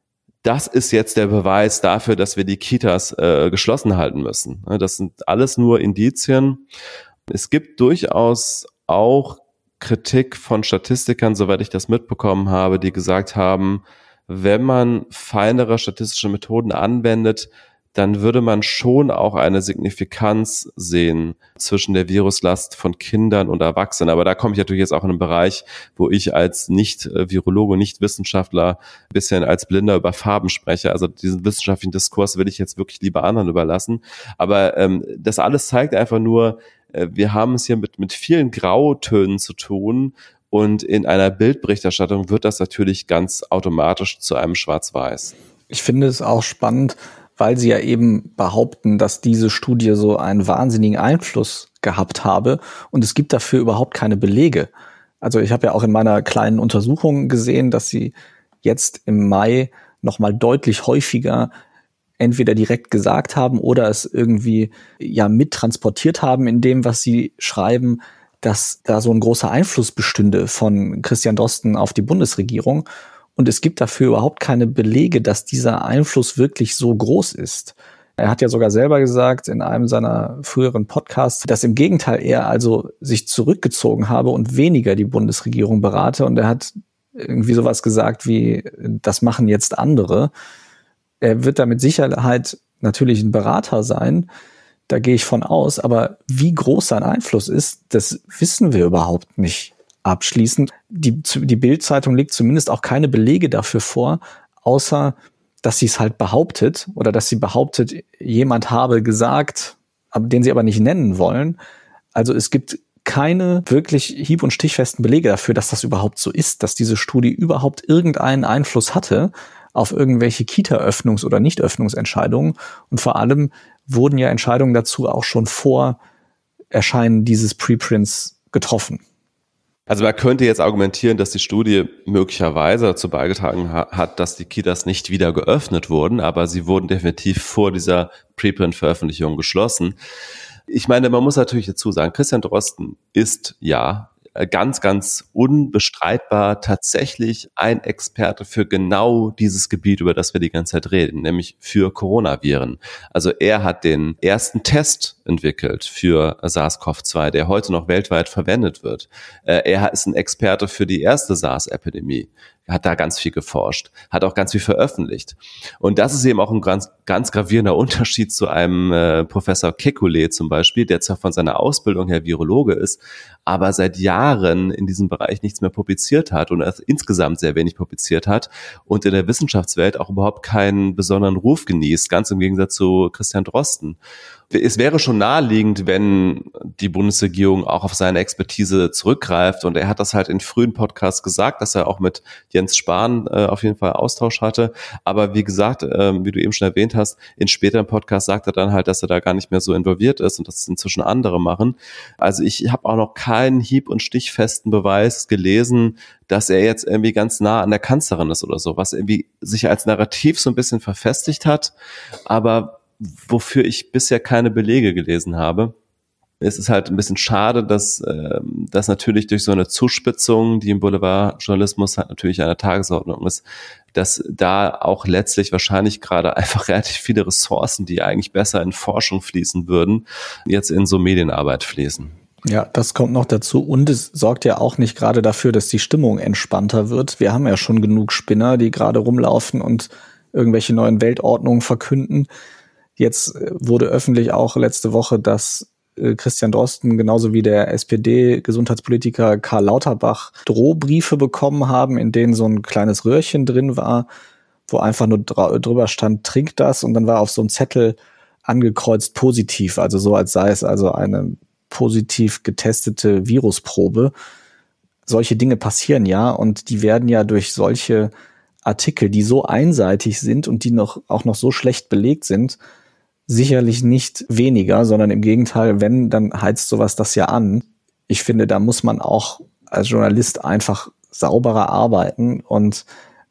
A: das ist jetzt der Beweis dafür, dass wir die Kitas äh, geschlossen halten müssen. Das sind alles nur Indizien. Es gibt durchaus auch Kritik von Statistikern, soweit ich das mitbekommen habe, die gesagt haben, wenn man feinere statistische Methoden anwendet, dann würde man schon auch eine Signifikanz sehen zwischen der Viruslast von Kindern und Erwachsenen. Aber da komme ich natürlich jetzt auch in einen Bereich, wo ich als Nicht-Virologe, Nicht-Wissenschaftler ein bisschen als Blinder über Farben spreche. Also diesen wissenschaftlichen Diskurs will ich jetzt wirklich lieber anderen überlassen. Aber ähm, das alles zeigt einfach nur, wir haben es hier mit, mit vielen Grautönen zu tun und in einer Bildberichterstattung wird das natürlich ganz automatisch zu einem Schwarz-Weiß.
B: Ich finde es auch spannend, weil Sie ja eben behaupten, dass diese Studie so einen wahnsinnigen Einfluss gehabt habe und es gibt dafür überhaupt keine Belege. Also ich habe ja auch in meiner kleinen Untersuchung gesehen, dass Sie jetzt im Mai nochmal deutlich häufiger entweder direkt gesagt haben oder es irgendwie ja mittransportiert haben in dem, was sie schreiben, dass da so ein großer Einfluss bestünde von Christian Drosten auf die Bundesregierung. Und es gibt dafür überhaupt keine Belege, dass dieser Einfluss wirklich so groß ist. Er hat ja sogar selber gesagt in einem seiner früheren Podcasts, dass im Gegenteil er also sich zurückgezogen habe und weniger die Bundesregierung berate. Und er hat irgendwie sowas gesagt wie, das machen jetzt andere. Er wird da mit Sicherheit natürlich ein Berater sein. Da gehe ich von aus. Aber wie groß sein Einfluss ist, das wissen wir überhaupt nicht abschließend. Die, die Bild-Zeitung legt zumindest auch keine Belege dafür vor, außer dass sie es halt behauptet oder dass sie behauptet, jemand habe gesagt, den sie aber nicht nennen wollen. Also es gibt keine wirklich hieb- und stichfesten Belege dafür, dass das überhaupt so ist, dass diese Studie überhaupt irgendeinen Einfluss hatte auf irgendwelche Kita-Öffnungs- oder Nicht-Öffnungsentscheidungen. Und vor allem wurden ja Entscheidungen dazu auch schon vor Erscheinen dieses Preprints getroffen.
A: Also man könnte jetzt argumentieren, dass die Studie möglicherweise dazu beigetragen hat, dass die Kitas nicht wieder geöffnet wurden, aber sie wurden definitiv vor dieser Preprint-Veröffentlichung geschlossen. Ich meine, man muss natürlich dazu sagen, Christian Drosten ist ja ganz, ganz unbestreitbar tatsächlich ein Experte für genau dieses Gebiet, über das wir die ganze Zeit reden, nämlich für Coronaviren. Also er hat den ersten Test entwickelt für SARS-C o V zwei, der heute noch weltweit verwendet wird. Er ist ein Experte für die erste SARS-Epidemie. Hat da ganz viel geforscht, hat auch ganz viel veröffentlicht. Und das ist eben auch ein ganz, ganz gravierender Unterschied zu einem äh, Professor Kekulé zum Beispiel, der zwar von seiner Ausbildung her Virologe ist, aber seit Jahren in diesem Bereich nichts mehr publiziert hat und insgesamt sehr wenig publiziert hat und in der Wissenschaftswelt auch überhaupt keinen besonderen Ruf genießt, ganz im Gegensatz zu Christian Drosten. Es wäre schon naheliegend, wenn die Bundesregierung auch auf seine Expertise zurückgreift, und er hat das halt in frühen Podcasts gesagt, dass er auch mit Jens Spahn äh, auf jeden Fall Austausch hatte, aber wie gesagt, äh, wie du eben schon erwähnt hast, in späteren Podcasts sagt er dann halt, dass er da gar nicht mehr so involviert ist und dass es inzwischen andere machen. Also ich habe auch noch keinen hieb- und stichfesten Beweis gelesen, dass er jetzt irgendwie ganz nah an der Kanzlerin ist oder so, was irgendwie sich als Narrativ so ein bisschen verfestigt hat, aber wofür ich bisher keine Belege gelesen habe. Es ist halt ein bisschen schade, dass äh, das natürlich durch so eine Zuspitzung, die im Boulevardjournalismus halt natürlich an der Tagesordnung ist, dass da auch letztlich wahrscheinlich gerade einfach relativ viele Ressourcen, die eigentlich besser in Forschung fließen würden, jetzt in so Medienarbeit fließen.
B: Ja, das kommt noch dazu, und es sorgt ja auch nicht gerade dafür, dass die Stimmung entspannter wird. Wir haben ja schon genug Spinner, die gerade rumlaufen und irgendwelche neuen Weltordnungen verkünden. Jetzt wurde öffentlich auch letzte Woche, dass Christian Drosten genauso wie der S P D-Gesundheitspolitiker Karl Lauterbach Drohbriefe bekommen haben, in denen so ein kleines Röhrchen drin war, wo einfach nur drüber stand, trink das, und dann war auf so einem Zettel angekreuzt positiv, also so, als sei es also eine positiv getestete Virusprobe. Solche Dinge passieren ja, und die werden ja durch solche Artikel, die so einseitig sind und die noch auch noch so schlecht belegt sind, sicherlich nicht weniger, sondern im Gegenteil, wenn, dann heizt sowas das ja an. Ich finde, da muss man auch als Journalist einfach sauberer arbeiten, und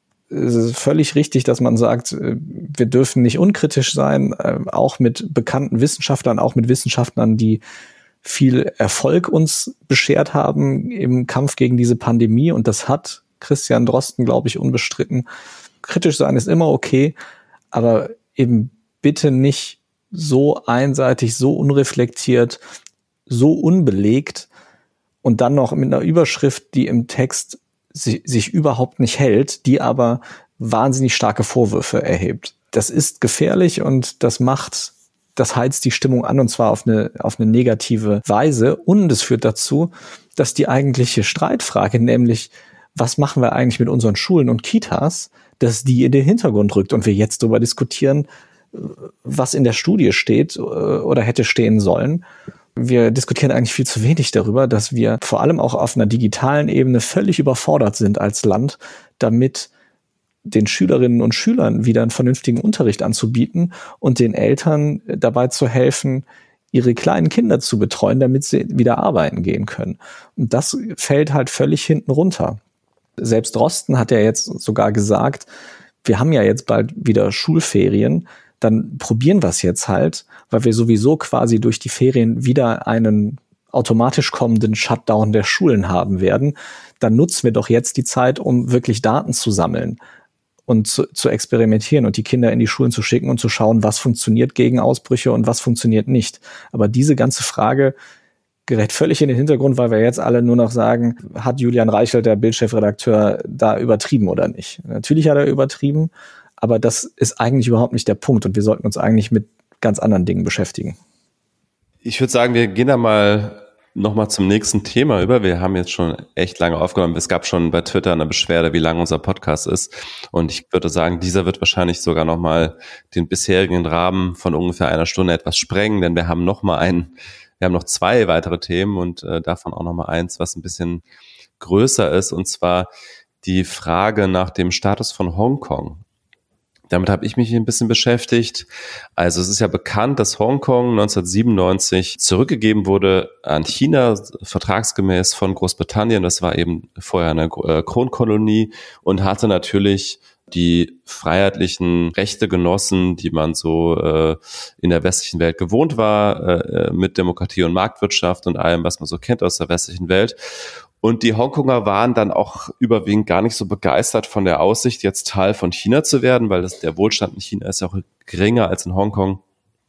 B: es ist völlig richtig, dass man sagt, wir dürfen nicht unkritisch sein, auch mit bekannten Wissenschaftlern, auch mit Wissenschaftlern, die viel Erfolg uns beschert haben im Kampf gegen diese Pandemie, und das hat Christian Drosten, glaube ich, unbestritten. Kritisch sein ist immer okay, aber eben bitte nicht so einseitig, so unreflektiert, so unbelegt und dann noch mit einer Überschrift, die im Text sich, sich überhaupt nicht hält, die aber wahnsinnig starke Vorwürfe erhebt. Das ist gefährlich, und das macht, das heizt die Stimmung an, und zwar auf eine, auf eine negative Weise. Und es führt dazu, dass die eigentliche Streitfrage, nämlich was machen wir eigentlich mit unseren Schulen und Kitas, dass die in den Hintergrund rückt und wir jetzt darüber diskutieren, was in der Studie steht oder hätte stehen sollen. Wir diskutieren eigentlich viel zu wenig darüber, dass wir vor allem auch auf einer digitalen Ebene völlig überfordert sind als Land, damit den Schülerinnen und Schülern wieder einen vernünftigen Unterricht anzubieten und den Eltern dabei zu helfen, ihre kleinen Kinder zu betreuen, damit sie wieder arbeiten gehen können. Und das fällt halt völlig hinten runter. Selbst Drosten hat ja jetzt sogar gesagt, wir haben ja jetzt bald wieder Schulferien, dann probieren wir es jetzt halt, weil wir sowieso quasi durch die Ferien wieder einen automatisch kommenden Shutdown der Schulen haben werden, dann nutzen wir doch jetzt die Zeit, um wirklich Daten zu sammeln und zu, zu experimentieren und die Kinder in die Schulen zu schicken und zu schauen, was funktioniert gegen Ausbrüche und was funktioniert nicht. Aber diese ganze Frage gerät völlig in den Hintergrund, weil wir jetzt alle nur noch sagen, hat Julian Reichelt, der Bild-Chefredakteur, da übertrieben oder nicht? Natürlich hat er übertrieben, aber das ist eigentlich überhaupt nicht der Punkt und wir sollten uns eigentlich mit ganz anderen Dingen beschäftigen.
A: Ich würde sagen, wir gehen da mal nochmal zum nächsten Thema über. Wir haben jetzt schon echt lange aufgenommen. Es gab schon bei Twitter eine Beschwerde, wie lang unser Podcast ist. Und ich würde sagen, dieser wird wahrscheinlich sogar nochmal den bisherigen Rahmen von ungefähr einer Stunde etwas sprengen, denn wir haben noch mal einen, wir haben noch zwei weitere Themen und äh, davon auch nochmal eins, was ein bisschen größer ist, und zwar die Frage nach dem Status von Hongkong. Damit habe ich mich ein bisschen beschäftigt. Also es ist ja bekannt, dass Hongkong neunzehnhundertsiebenundneunzig zurückgegeben wurde an China, vertragsgemäß von Großbritannien. Das war eben vorher eine Kronkolonie und hatte natürlich die freiheitlichen Rechte genossen, die man so äh, in der westlichen Welt gewohnt war, äh, mit Demokratie und Marktwirtschaft und allem, was man so kennt aus der westlichen Welt. Und die Hongkonger waren dann auch überwiegend gar nicht so begeistert von der Aussicht, jetzt Teil von China zu werden, weil das, der Wohlstand in China ist ja auch geringer als in Hongkong.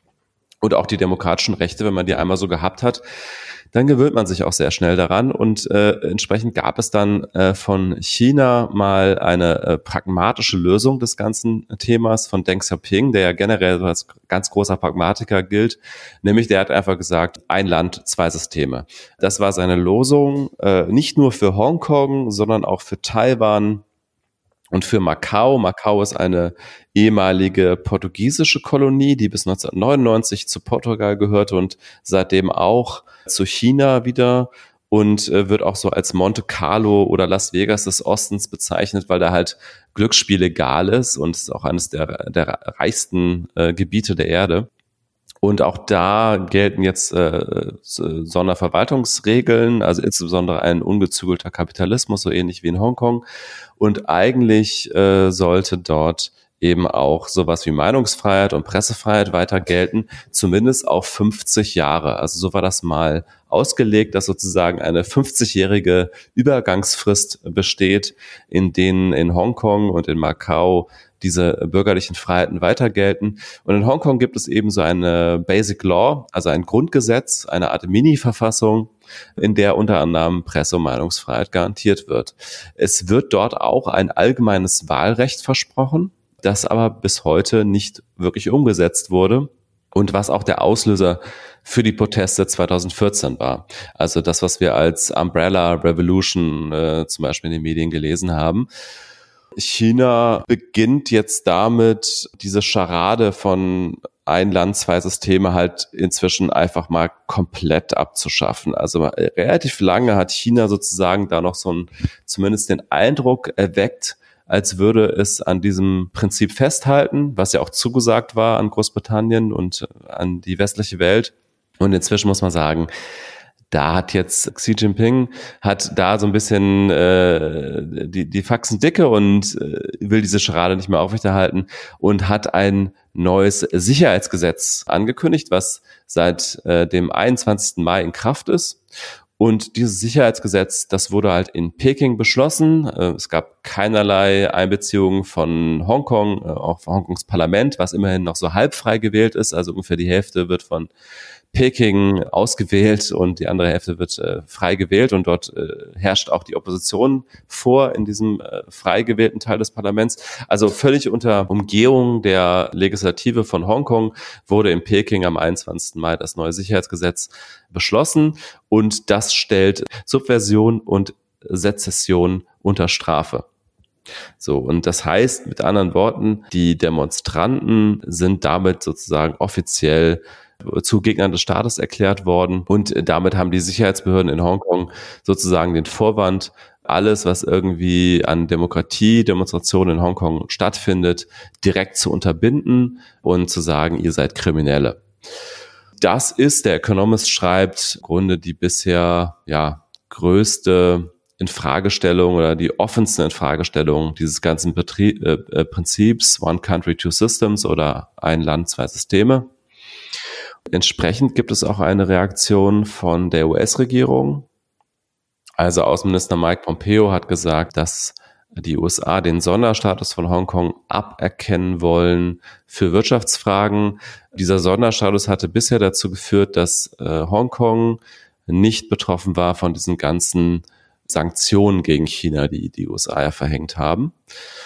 A: Und auch die demokratischen Rechte, wenn man die einmal so gehabt hat, dann gewöhnt man sich auch sehr schnell daran. Und äh, entsprechend gab es dann äh, von China mal eine äh, pragmatische Lösung des ganzen Themas von Deng Xiaoping, der ja generell als ganz großer Pragmatiker gilt. Nämlich der hat einfach gesagt, ein Land, zwei Systeme. Das war seine Losung, äh, nicht nur für Hongkong, sondern auch für Taiwan und für Macau. Macau ist eine ehemalige portugiesische Kolonie, die bis neunzehnhundertneunundneunzig zu Portugal gehörte und seitdem auch zu China wieder und äh, wird auch so als Monte Carlo oder Las Vegas des Ostens bezeichnet, weil da halt Glücksspiel legal ist und ist auch eines der, der reichsten äh, Gebiete der Erde. Und auch da gelten jetzt äh, Sonderverwaltungsregeln, also insbesondere ein ungezügelter Kapitalismus, so ähnlich wie in Hongkong. Und eigentlich äh, sollte dort eben auch sowas wie Meinungsfreiheit und Pressefreiheit weiter gelten, zumindest auf fünfzig Jahre. Also so war das mal ausgelegt, dass sozusagen eine fünfzigjährige Übergangsfrist besteht, in denen in Hongkong und in Macau diese bürgerlichen Freiheiten weiter gelten. Und in Hongkong gibt es eben so eine Basic Law, also ein Grundgesetz, eine Art Mini-Verfassung, in der unter anderem Presse- und Meinungsfreiheit garantiert wird. Es wird dort auch ein allgemeines Wahlrecht versprochen, das aber bis heute nicht wirklich umgesetzt wurde und was auch der Auslöser für die Proteste zweitausendvierzehn war. Also das, was wir als Umbrella Revolution äh, zum Beispiel in den Medien gelesen haben. China beginnt jetzt damit, diese Scharade von ein Land, zwei Systeme halt inzwischen einfach mal komplett abzuschaffen. Also relativ lange hat China sozusagen da noch so ein, zumindest den Eindruck erweckt, als würde es an diesem Prinzip festhalten, was ja auch zugesagt war an Großbritannien und an die westliche Welt. Und inzwischen muss man sagen, da hat jetzt Xi Jinping hat da so ein bisschen äh, die, die Faxen dicke und äh, will diese Scharade nicht mehr aufrechterhalten und hat ein neues Sicherheitsgesetz angekündigt, was seit äh, dem einundzwanzigsten Mai in Kraft ist. Und dieses Sicherheitsgesetz, das wurde halt in Peking beschlossen. Es gab keinerlei Einbeziehung von Hongkong, auch von Hongkongs Parlament, was immerhin noch so halb frei gewählt ist. Also ungefähr die Hälfte wird von Peking ausgewählt und die andere Hälfte wird äh, frei gewählt und dort äh, herrscht auch die Opposition vor in diesem äh, frei gewählten Teil des Parlaments. Also völlig unter Umgehung der Legislative von Hongkong wurde in Peking am einundzwanzigsten Mai das neue Sicherheitsgesetz beschlossen und das stellt Subversion und Sezession unter Strafe. So, und das heißt mit anderen Worten, die Demonstranten sind damit sozusagen offiziell zu Gegnern des Staates erklärt worden und damit haben die Sicherheitsbehörden in Hongkong sozusagen den Vorwand, alles, was irgendwie an Demokratie, Demonstrationen in Hongkong stattfindet, direkt zu unterbinden und zu sagen, ihr seid Kriminelle. Das ist, der Economist schreibt, im Grunde die bisher ja größte Infragestellung oder die offenste Infragestellung dieses ganzen Betrie- äh, Prinzips One Country, Two Systems oder ein Land, zwei Systeme. Entsprechend gibt es auch eine Reaktion von der U S-Regierung. Also Außenminister Mike Pompeo hat gesagt, dass die U S A den Sonderstatus von Hongkong aberkennen wollen für Wirtschaftsfragen. Dieser Sonderstatus hatte bisher dazu geführt, dass äh, Hongkong nicht betroffen war von diesen ganzen Sanktionen gegen China, die die U S A ja verhängt haben.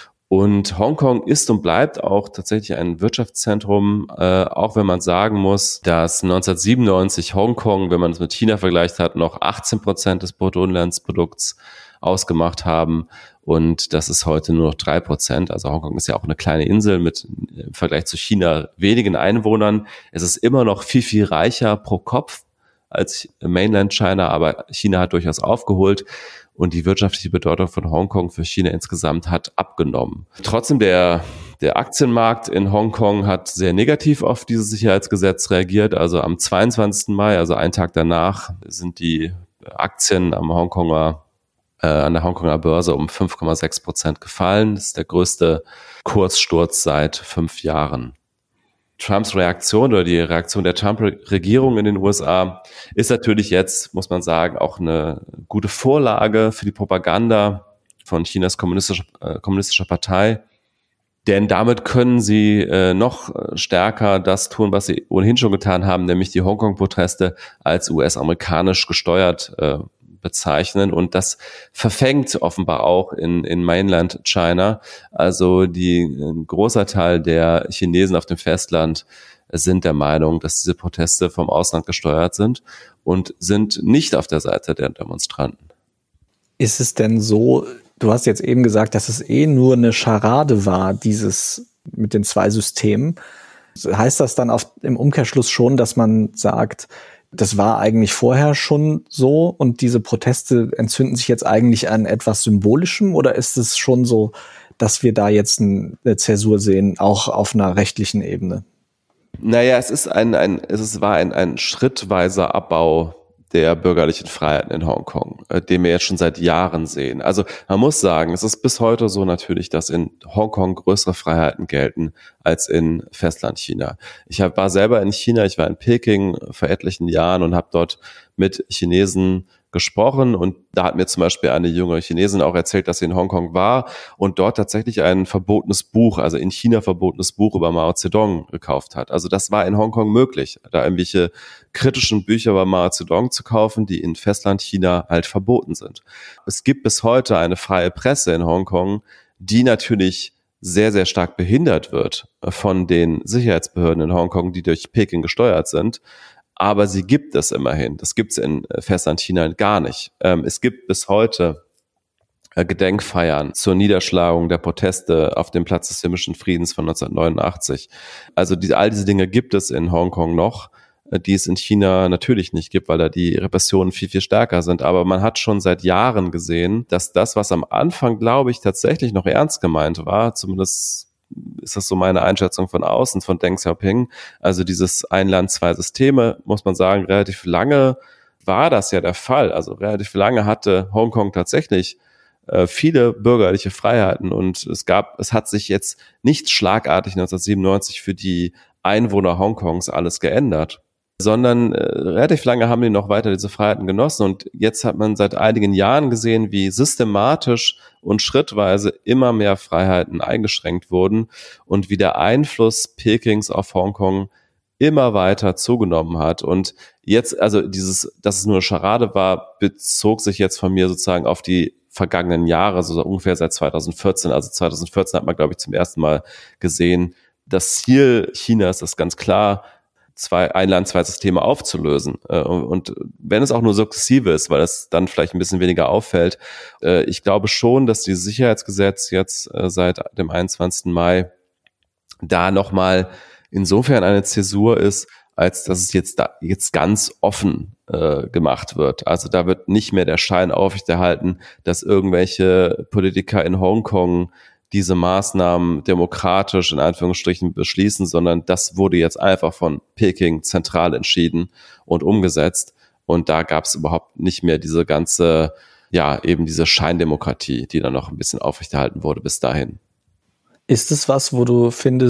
A: Und Hongkong ist und bleibt auch tatsächlich ein Wirtschaftszentrum, äh, auch wenn man sagen muss, dass neunzehnhundertsiebenundneunzig Hongkong, wenn man es mit China vergleicht hat, noch achtzehn Prozent des Bruttoinlandsprodukts ausgemacht haben. Und das ist heute nur noch drei Prozent. Also Hongkong ist ja auch eine kleine Insel mit im Vergleich zu China wenigen Einwohnern. Es ist immer noch viel, viel reicher pro Kopf als Mainland China, aber China hat durchaus aufgeholt. Und die wirtschaftliche Bedeutung von Hongkong für China insgesamt hat abgenommen. Trotzdem, der, der Aktienmarkt in Hongkong hat sehr negativ auf dieses Sicherheitsgesetz reagiert. Also am zweiundzwanzigsten Mai, also einen Tag danach, sind die Aktien am Hongkonger, äh, an der Hongkonger Börse um fünf Komma sechs Prozent gefallen. Das ist der größte Kurssturz seit fünf Jahren. Trumps Reaktion oder die Reaktion der Trump-Regierung in den U S A ist natürlich jetzt, muss man sagen, auch eine gute Vorlage für die Propaganda von Chinas kommunistischer, äh, kommunistischer Partei. Denn damit können sie äh, noch stärker das tun, was sie ohnehin schon getan haben, nämlich die Hongkong-Proteste als U S-amerikanisch gesteuert äh, bezeichnen. Und das verfängt offenbar auch in, in Mainland China. Also die, ein großer Teil der Chinesen auf dem Festland sind der Meinung, dass diese Proteste vom Ausland gesteuert sind und sind nicht auf der Seite der Demonstranten.
B: Ist es denn so, du hast jetzt eben gesagt, dass es eh nur eine Scharade war, dieses mit den zwei Systemen. Heißt das dann auf, im Umkehrschluss schon, dass man sagt, das war eigentlich vorher schon so und diese Proteste entzünden sich jetzt eigentlich an etwas Symbolischem, oder ist es schon so, dass wir da jetzt eine Zäsur sehen, auch auf einer rechtlichen Ebene?
A: Naja, es ist ein, ein es ist, war ein, ein schrittweiser Abbau der bürgerlichen Freiheiten in Hongkong, äh, den wir jetzt schon seit Jahren sehen. Also man muss sagen, es ist bis heute so natürlich, dass in Hongkong größere Freiheiten gelten als in Festlandchina. Ich hab, war selber in China, ich war in Peking vor etlichen Jahren und habe dort mit Chinesen gesprochen, und da hat mir zum Beispiel eine junge Chinesin auch erzählt, dass sie in Hongkong war und dort tatsächlich ein verbotenes Buch, also in China verbotenes Buch über Mao Zedong gekauft hat. Also das war in Hongkong möglich, da irgendwelche kritischen Bücher über Mao Zedong zu kaufen, die in Festlandchina halt verboten sind. Es gibt bis heute eine freie Presse in Hongkong, die natürlich sehr, sehr stark behindert wird von den Sicherheitsbehörden in Hongkong, die durch Peking gesteuert sind. Aber sie gibt es immerhin. Das gibt es in Festlandchina gar nicht. Ähm, es gibt bis heute äh, Gedenkfeiern zur Niederschlagung der Proteste auf dem Platz des Himmlischen Friedens von neunzehnhundertneunundachtzig. Also die, all diese Dinge gibt es in Hongkong noch, äh, die es in China natürlich nicht gibt, weil da die Repressionen viel, viel stärker sind. Aber man hat schon seit Jahren gesehen, dass das, was am Anfang, glaube ich, tatsächlich noch ernst gemeint war, zumindest ist das so meine Einschätzung von außen, von Deng Xiaoping. Also dieses Ein Land, zwei Systeme, muss man sagen, relativ lange war das ja der Fall. Also relativ lange hatte Hongkong tatsächlich äh, viele bürgerliche Freiheiten, und es gab, es hat sich jetzt nicht schlagartig neunzehnhundertsiebenundneunzig für die Einwohner Hongkongs alles geändert, sondern äh, relativ lange haben die noch weiter diese Freiheiten genossen, und jetzt hat man seit einigen Jahren gesehen, wie systematisch und schrittweise immer mehr Freiheiten eingeschränkt wurden und wie der Einfluss Pekings auf Hongkong immer weiter zugenommen hat. Und jetzt, also dieses, dass es nur eine Scharade war, bezog sich jetzt von mir sozusagen auf die vergangenen Jahre, so ungefähr seit zweitausendvierzehn. Also zweitausendvierzehn hat man, glaube ich, zum ersten Mal gesehen, das Ziel Chinas ist ganz klar, zwei, ein Land, zwei Systeme aufzulösen. Und wenn es auch nur sukzessive ist, weil es dann vielleicht ein bisschen weniger auffällt, ich glaube schon, dass dieses Sicherheitsgesetz jetzt seit dem einundzwanzigsten Mai da nochmal insofern eine Zäsur ist, als dass es jetzt da jetzt ganz offen äh, gemacht wird. Also da wird nicht mehr der Schein aufrechterhalten, dass irgendwelche Politiker in Hongkong diese Maßnahmen demokratisch in Anführungsstrichen beschließen, sondern das wurde jetzt einfach von Peking zentral entschieden und umgesetzt. Und da gab es überhaupt nicht mehr diese ganze, ja, eben diese Scheindemokratie, die dann noch ein bisschen aufrechterhalten wurde bis dahin.
B: Ist es was, wo du findest,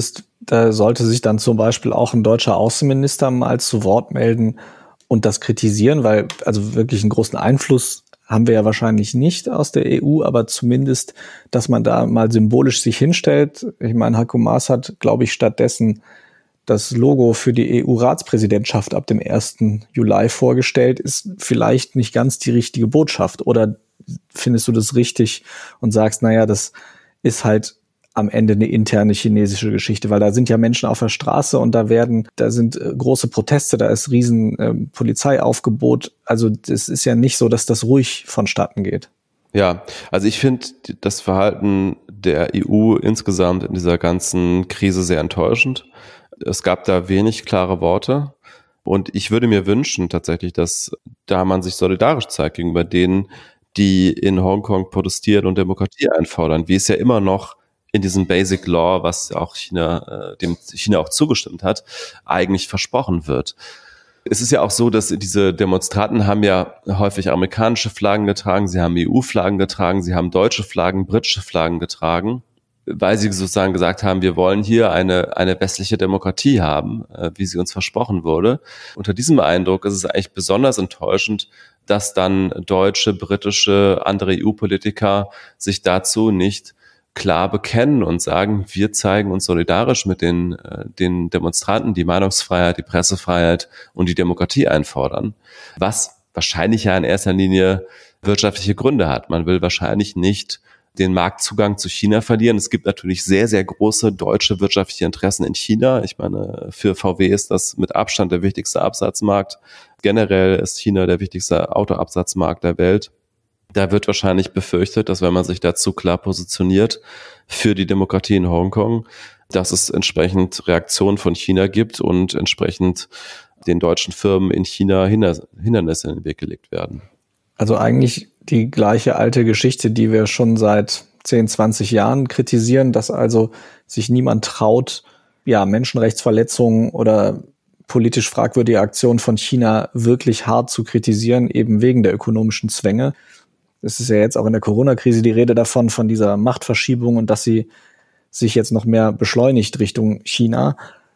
B: da sollte sich dann zum Beispiel auch ein deutscher Außenminister mal zu Wort melden und das kritisieren, weil also wirklich einen großen Einfluss haben wir ja wahrscheinlich nicht aus der E U, aber zumindest, dass man da mal symbolisch sich hinstellt. Ich meine, Heiko Maas hat, glaube ich, stattdessen das Logo für die E U-Ratspräsidentschaft ab dem ersten Juli vorgestellt, ist vielleicht nicht ganz die richtige Botschaft. Oder findest du das richtig und sagst, naja, das ist halt am Ende eine interne chinesische Geschichte, weil da sind ja Menschen auf der Straße und da werden, da sind äh, große Proteste, da ist riesen äh, Polizeiaufgebot. Also das ist ja nicht so, dass das ruhig vonstatten geht.
A: Ja, also ich finde das Verhalten der E U insgesamt in dieser ganzen Krise sehr enttäuschend. Es gab da wenig klare Worte und ich würde mir wünschen tatsächlich, dass da man sich solidarisch zeigt gegenüber denen, die in Hongkong protestieren und Demokratie einfordern, wie es ja immer noch in diesem Basic Law, was auch China, äh, dem China auch zugestimmt hat, eigentlich versprochen wird. Es ist ja auch so, dass diese Demonstranten haben ja häufig amerikanische Flaggen getragen, sie haben E U-Flaggen getragen, sie haben deutsche Flaggen, britische Flaggen getragen, weil sie sozusagen gesagt haben, wir wollen hier eine, eine westliche Demokratie haben, äh, wie sie uns versprochen wurde. Unter diesem Eindruck ist es eigentlich besonders enttäuschend, dass dann deutsche, britische, andere E U-Politiker sich dazu nicht klar bekennen und sagen, wir zeigen uns solidarisch mit den, äh, den Demonstranten, die Meinungsfreiheit, die Pressefreiheit und die Demokratie einfordern, was wahrscheinlich ja in erster Linie wirtschaftliche Gründe hat. Man will wahrscheinlich nicht den Marktzugang zu China verlieren. Es gibt natürlich sehr, sehr große deutsche wirtschaftliche Interessen in China. Ich meine, für V W ist das mit Abstand der wichtigste Absatzmarkt. Generell ist China der wichtigste Autoabsatzmarkt der Welt. Da wird wahrscheinlich befürchtet, dass wenn man sich dazu klar positioniert für die Demokratie in Hongkong, dass es entsprechend Reaktionen von China gibt und entsprechend den deutschen Firmen in China Hindernisse in den Weg gelegt werden.
B: Also eigentlich die gleiche alte Geschichte, die wir schon seit zehn, zwanzig Jahren kritisieren, dass also sich niemand traut, ja, Menschenrechtsverletzungen oder politisch fragwürdige Aktionen von China wirklich hart zu kritisieren, eben wegen der ökonomischen Zwänge. Es ist ja jetzt auch in der Corona-Krise die Rede davon, von dieser Machtverschiebung und dass sie sich jetzt noch mehr beschleunigt Richtung China.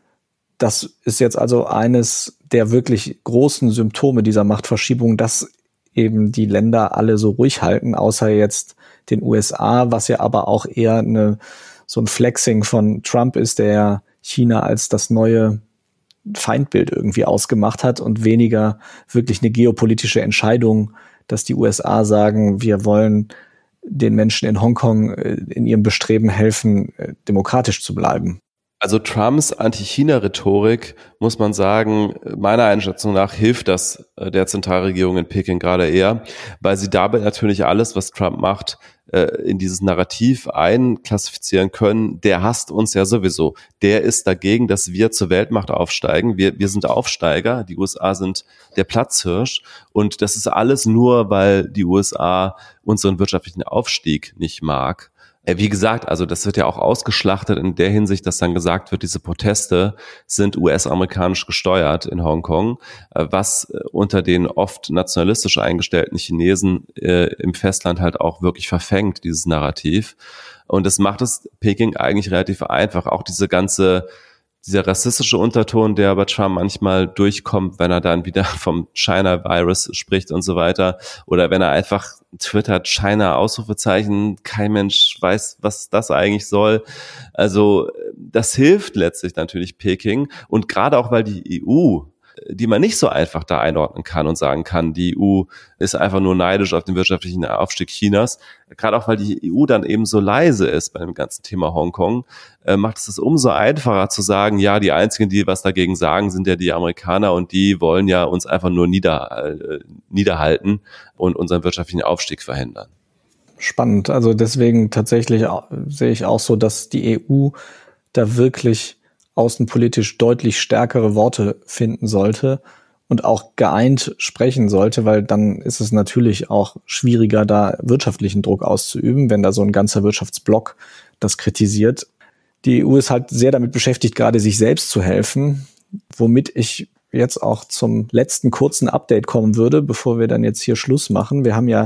B: Das ist jetzt also eines der wirklich großen Symptome dieser Machtverschiebung, dass eben die Länder alle so ruhig halten, außer jetzt den U S A, was ja aber auch eher eine, so ein Flexing von Trump ist, der China als das neue Feindbild irgendwie ausgemacht hat und weniger wirklich eine geopolitische Entscheidung, dass die U S A sagen, wir wollen den Menschen in Hongkong in ihrem Bestreben helfen, demokratisch zu bleiben.
A: Also Trumps Anti-China-Rhetorik, muss man sagen, meiner Einschätzung nach hilft das der Zentralregierung in Peking gerade eher, weil sie damit natürlich alles, was Trump macht, in dieses Narrativ einklassifizieren können. Der hasst uns ja sowieso. Der ist dagegen, dass wir zur Weltmacht aufsteigen. Wir, wir sind Aufsteiger. Die U S A sind der Platzhirsch. Und das ist alles nur, weil die U S A unseren wirtschaftlichen Aufstieg nicht mag. Wie gesagt, also das wird ja auch ausgeschlachtet in der Hinsicht, dass dann gesagt wird, diese Proteste sind U S-amerikanisch gesteuert in Hongkong, was unter den oft nationalistisch eingestellten Chinesen äh, im Festland halt auch wirklich verfängt, dieses Narrativ. Und das macht es Peking eigentlich relativ einfach. Auch diese ganze dieser rassistische Unterton, der bei Trump manchmal durchkommt, wenn er dann wieder vom China-Virus spricht und so weiter, oder wenn er einfach twittert, China, Ausrufezeichen, kein Mensch weiß, was das eigentlich soll. Also das hilft letztlich natürlich Peking, und gerade auch, weil die E U, die man nicht so einfach da einordnen kann und sagen kann, die E U ist einfach nur neidisch auf den wirtschaftlichen Aufstieg Chinas. Gerade auch, weil die E U dann eben so leise ist bei dem ganzen Thema Hongkong, äh, macht es es umso einfacher zu sagen, ja, die einzigen, die was dagegen sagen, sind ja die Amerikaner, und die wollen ja uns einfach nur nieder, äh, niederhalten und unseren wirtschaftlichen Aufstieg verhindern.
B: Spannend. Also deswegen tatsächlich auch, sehe ich auch so, dass die E U da wirklich außenpolitisch deutlich stärkere Worte finden sollte und auch geeint sprechen sollte, weil dann ist es natürlich auch schwieriger, da wirtschaftlichen Druck auszuüben, wenn da so ein ganzer Wirtschaftsblock das kritisiert. Die E U ist halt sehr damit beschäftigt, gerade sich selbst zu helfen, womit ich jetzt auch zum letzten kurzen Update kommen würde, bevor wir dann jetzt hier Schluss machen. Wir haben ja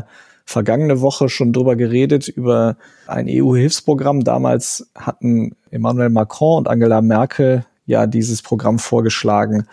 B: vergangene Woche schon drüber geredet, über ein E U-Hilfsprogramm. Damals hatten Emmanuel Macron und Angela Merkel ja dieses Programm vorgeschlagen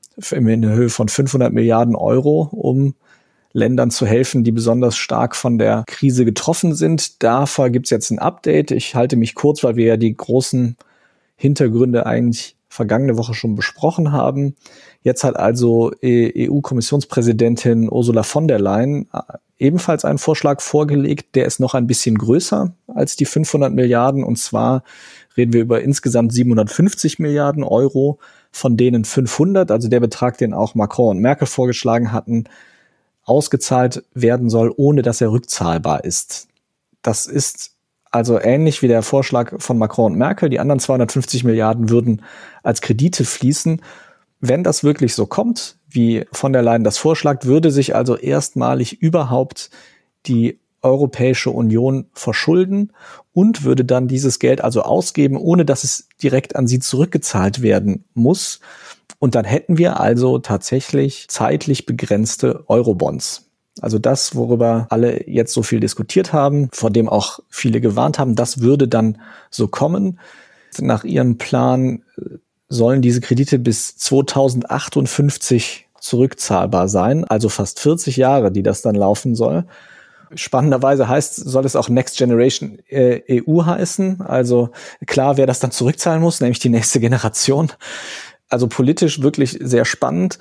B: in der Höhe von fünfhundert Milliarden Euro, um Ländern zu helfen, die besonders stark von der Krise getroffen sind. Dafür gibt es jetzt ein Update. Ich halte mich kurz, weil wir ja die großen Hintergründe eigentlich vergangene Woche schon besprochen haben. Jetzt hat also E U-Kommissionspräsidentin Ursula von der Leyen ebenfalls einen Vorschlag vorgelegt, der ist noch ein bisschen größer als die fünfhundert Milliarden. Und zwar reden wir über insgesamt siebenhundertfünfzig Milliarden Euro, von denen fünfhundert, also der Betrag, den auch Macron und Merkel vorgeschlagen hatten, ausgezahlt werden soll, ohne dass er rückzahlbar ist. Das ist also ähnlich wie der Vorschlag von Macron und Merkel. Die anderen zweihundertfünfzig Milliarden würden als Kredite fließen. Wenn das wirklich so kommt, wie von der Leyen das vorschlägt, würde sich also erstmalig überhaupt die Europäische Union verschulden und würde dann dieses Geld also ausgeben, ohne dass es direkt an sie zurückgezahlt werden muss. Und dann hätten wir also tatsächlich zeitlich begrenzte Eurobonds. Also das, worüber alle jetzt so viel diskutiert haben, vor dem auch viele gewarnt haben, das würde dann so kommen. Nach ihrem Plan sollen diese Kredite bis zweitausendachtundfünfzig zurückzahlbar sein, also fast vierzig Jahre, die das dann laufen soll. Spannenderweise heißt, soll es auch Next Generation äh, E U heißen. Also klar, wer das dann zurückzahlen muss, nämlich die nächste Generation. Also politisch wirklich sehr spannend.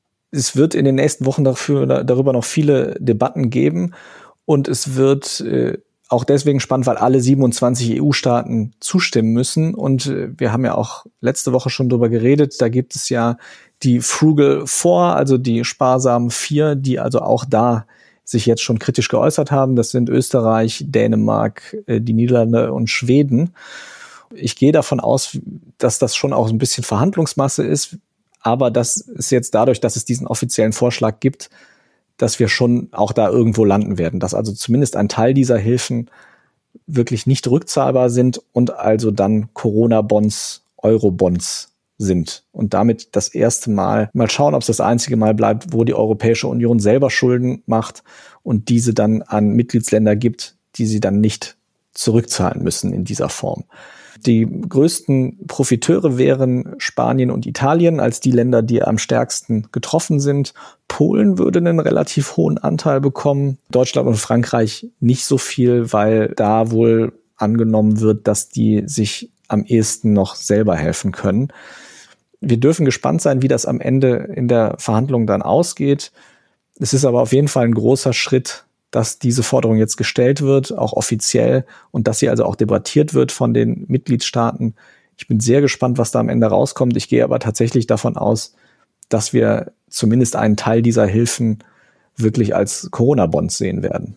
B: Es wird in den nächsten Wochen dafür, darüber noch viele Debatten geben. Und es wird äh, auch deswegen spannend, weil alle siebenundzwanzig E U-Staaten zustimmen müssen. Und äh, wir haben ja auch letzte Woche schon drüber geredet. Da gibt es ja die Frugal Four, also die sparsamen Vier, die also auch da sich jetzt schon kritisch geäußert haben. Das sind Österreich, Dänemark, äh, die Niederlande und Schweden. Ich gehe davon aus, dass das schon auch ein bisschen Verhandlungsmasse ist, aber das ist jetzt dadurch, dass es diesen offiziellen Vorschlag gibt, dass wir schon auch da irgendwo landen werden, dass also zumindest ein Teil dieser Hilfen wirklich nicht rückzahlbar sind und also dann Corona-Bonds, Euro-Bonds sind und damit das erste Mal, mal schauen, ob es das einzige Mal bleibt, wo die Europäische Union selber Schulden macht und diese dann an Mitgliedsländer gibt, die sie dann nicht zurückzahlen müssen in dieser Form. Die größten Profiteure wären Spanien und Italien als die Länder, die am stärksten getroffen sind. Polen würde einen relativ hohen Anteil bekommen. Deutschland und Frankreich nicht so viel, weil da wohl angenommen wird, dass die sich am ehesten noch selber helfen können. Wir dürfen gespannt sein, wie das am Ende in der Verhandlung dann ausgeht. Es ist aber auf jeden Fall ein großer Schritt, dass diese Forderung jetzt gestellt wird, auch offiziell, und dass sie also auch debattiert wird von den Mitgliedstaaten. Ich bin sehr gespannt, was da am Ende rauskommt. Ich gehe aber tatsächlich davon aus, dass wir zumindest einen Teil dieser Hilfen wirklich als Corona-Bonds sehen werden.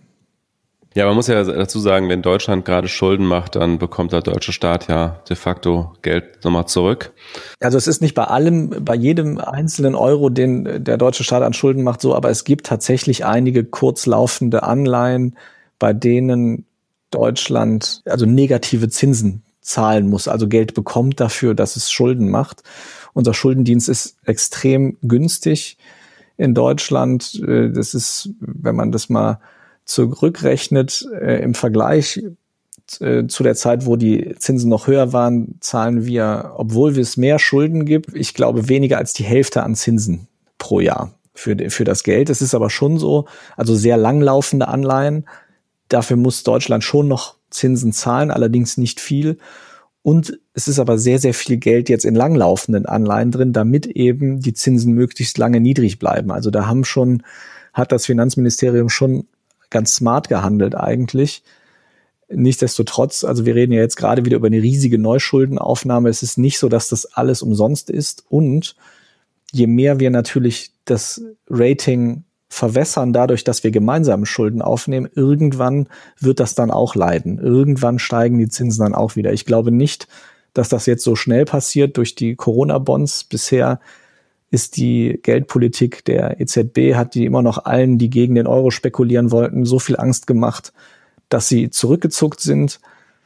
A: Ja, man muss ja dazu sagen, wenn Deutschland gerade Schulden macht, dann bekommt der deutsche Staat ja de facto Geld nochmal zurück.
B: Also es ist nicht bei allem, bei jedem einzelnen Euro, den der deutsche Staat an Schulden macht, so, aber es gibt tatsächlich einige kurzlaufende Anleihen, bei denen Deutschland also negative Zinsen zahlen muss, also Geld bekommt dafür, dass es Schulden macht. Unser Schuldendienst ist extrem günstig in Deutschland. Das ist, wenn man das mal zurückrechnet, äh, im Vergleich äh, zu der Zeit, wo die Zinsen noch höher waren, zahlen wir, obwohl es mehr Schulden gibt, ich glaube weniger als die Hälfte an Zinsen pro Jahr für, für das Geld. Es ist aber schon so, also sehr langlaufende Anleihen. Dafür muss Deutschland schon noch Zinsen zahlen, allerdings nicht viel. Und es ist aber sehr, sehr viel Geld jetzt in langlaufenden Anleihen drin, damit eben die Zinsen möglichst lange niedrig bleiben. Also da haben schon, hat das Finanzministerium schon ganz smart gehandelt eigentlich. Nichtsdestotrotz, also wir reden ja jetzt gerade wieder über eine riesige Neuschuldenaufnahme. Es ist nicht so, dass das alles umsonst ist. Und je mehr wir natürlich das Rating verwässern, dadurch, dass wir gemeinsame Schulden aufnehmen, irgendwann wird das dann auch leiden. Irgendwann steigen die Zinsen dann auch wieder. Ich glaube nicht, dass das jetzt so schnell passiert durch die Corona-Bonds. Bisher ist die Geldpolitik der E Z B, hat die immer noch allen, die gegen den Euro spekulieren wollten, so viel Angst gemacht, dass sie zurückgezuckt sind.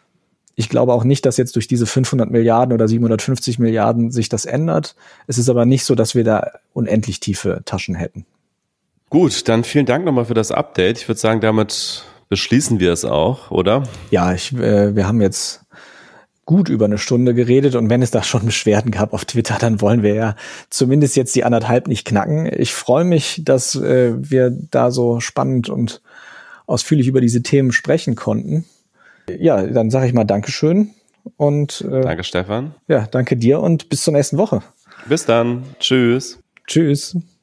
B: Ich glaube auch nicht, dass jetzt durch diese fünfhundert Milliarden oder siebenhundertfünfzig Milliarden sich das ändert. Es ist aber nicht so, dass wir da unendlich tiefe Taschen hätten.
A: Gut, dann vielen Dank nochmal für das Update. Ich würde sagen, damit beschließen wir es auch, oder?
B: Ja, ich, äh, wir haben jetzt gut über eine Stunde geredet und wenn es da schon Beschwerden gab auf Twitter, dann wollen wir ja zumindest jetzt die anderthalb nicht knacken. Ich freue mich, dass äh, wir da so spannend und ausführlich über diese Themen sprechen konnten. Ja, dann sage ich mal Dankeschön und äh,
A: danke Stefan.
B: Ja, danke dir und bis zur nächsten Woche.
A: Bis dann. Tschüss.
B: Tschüss.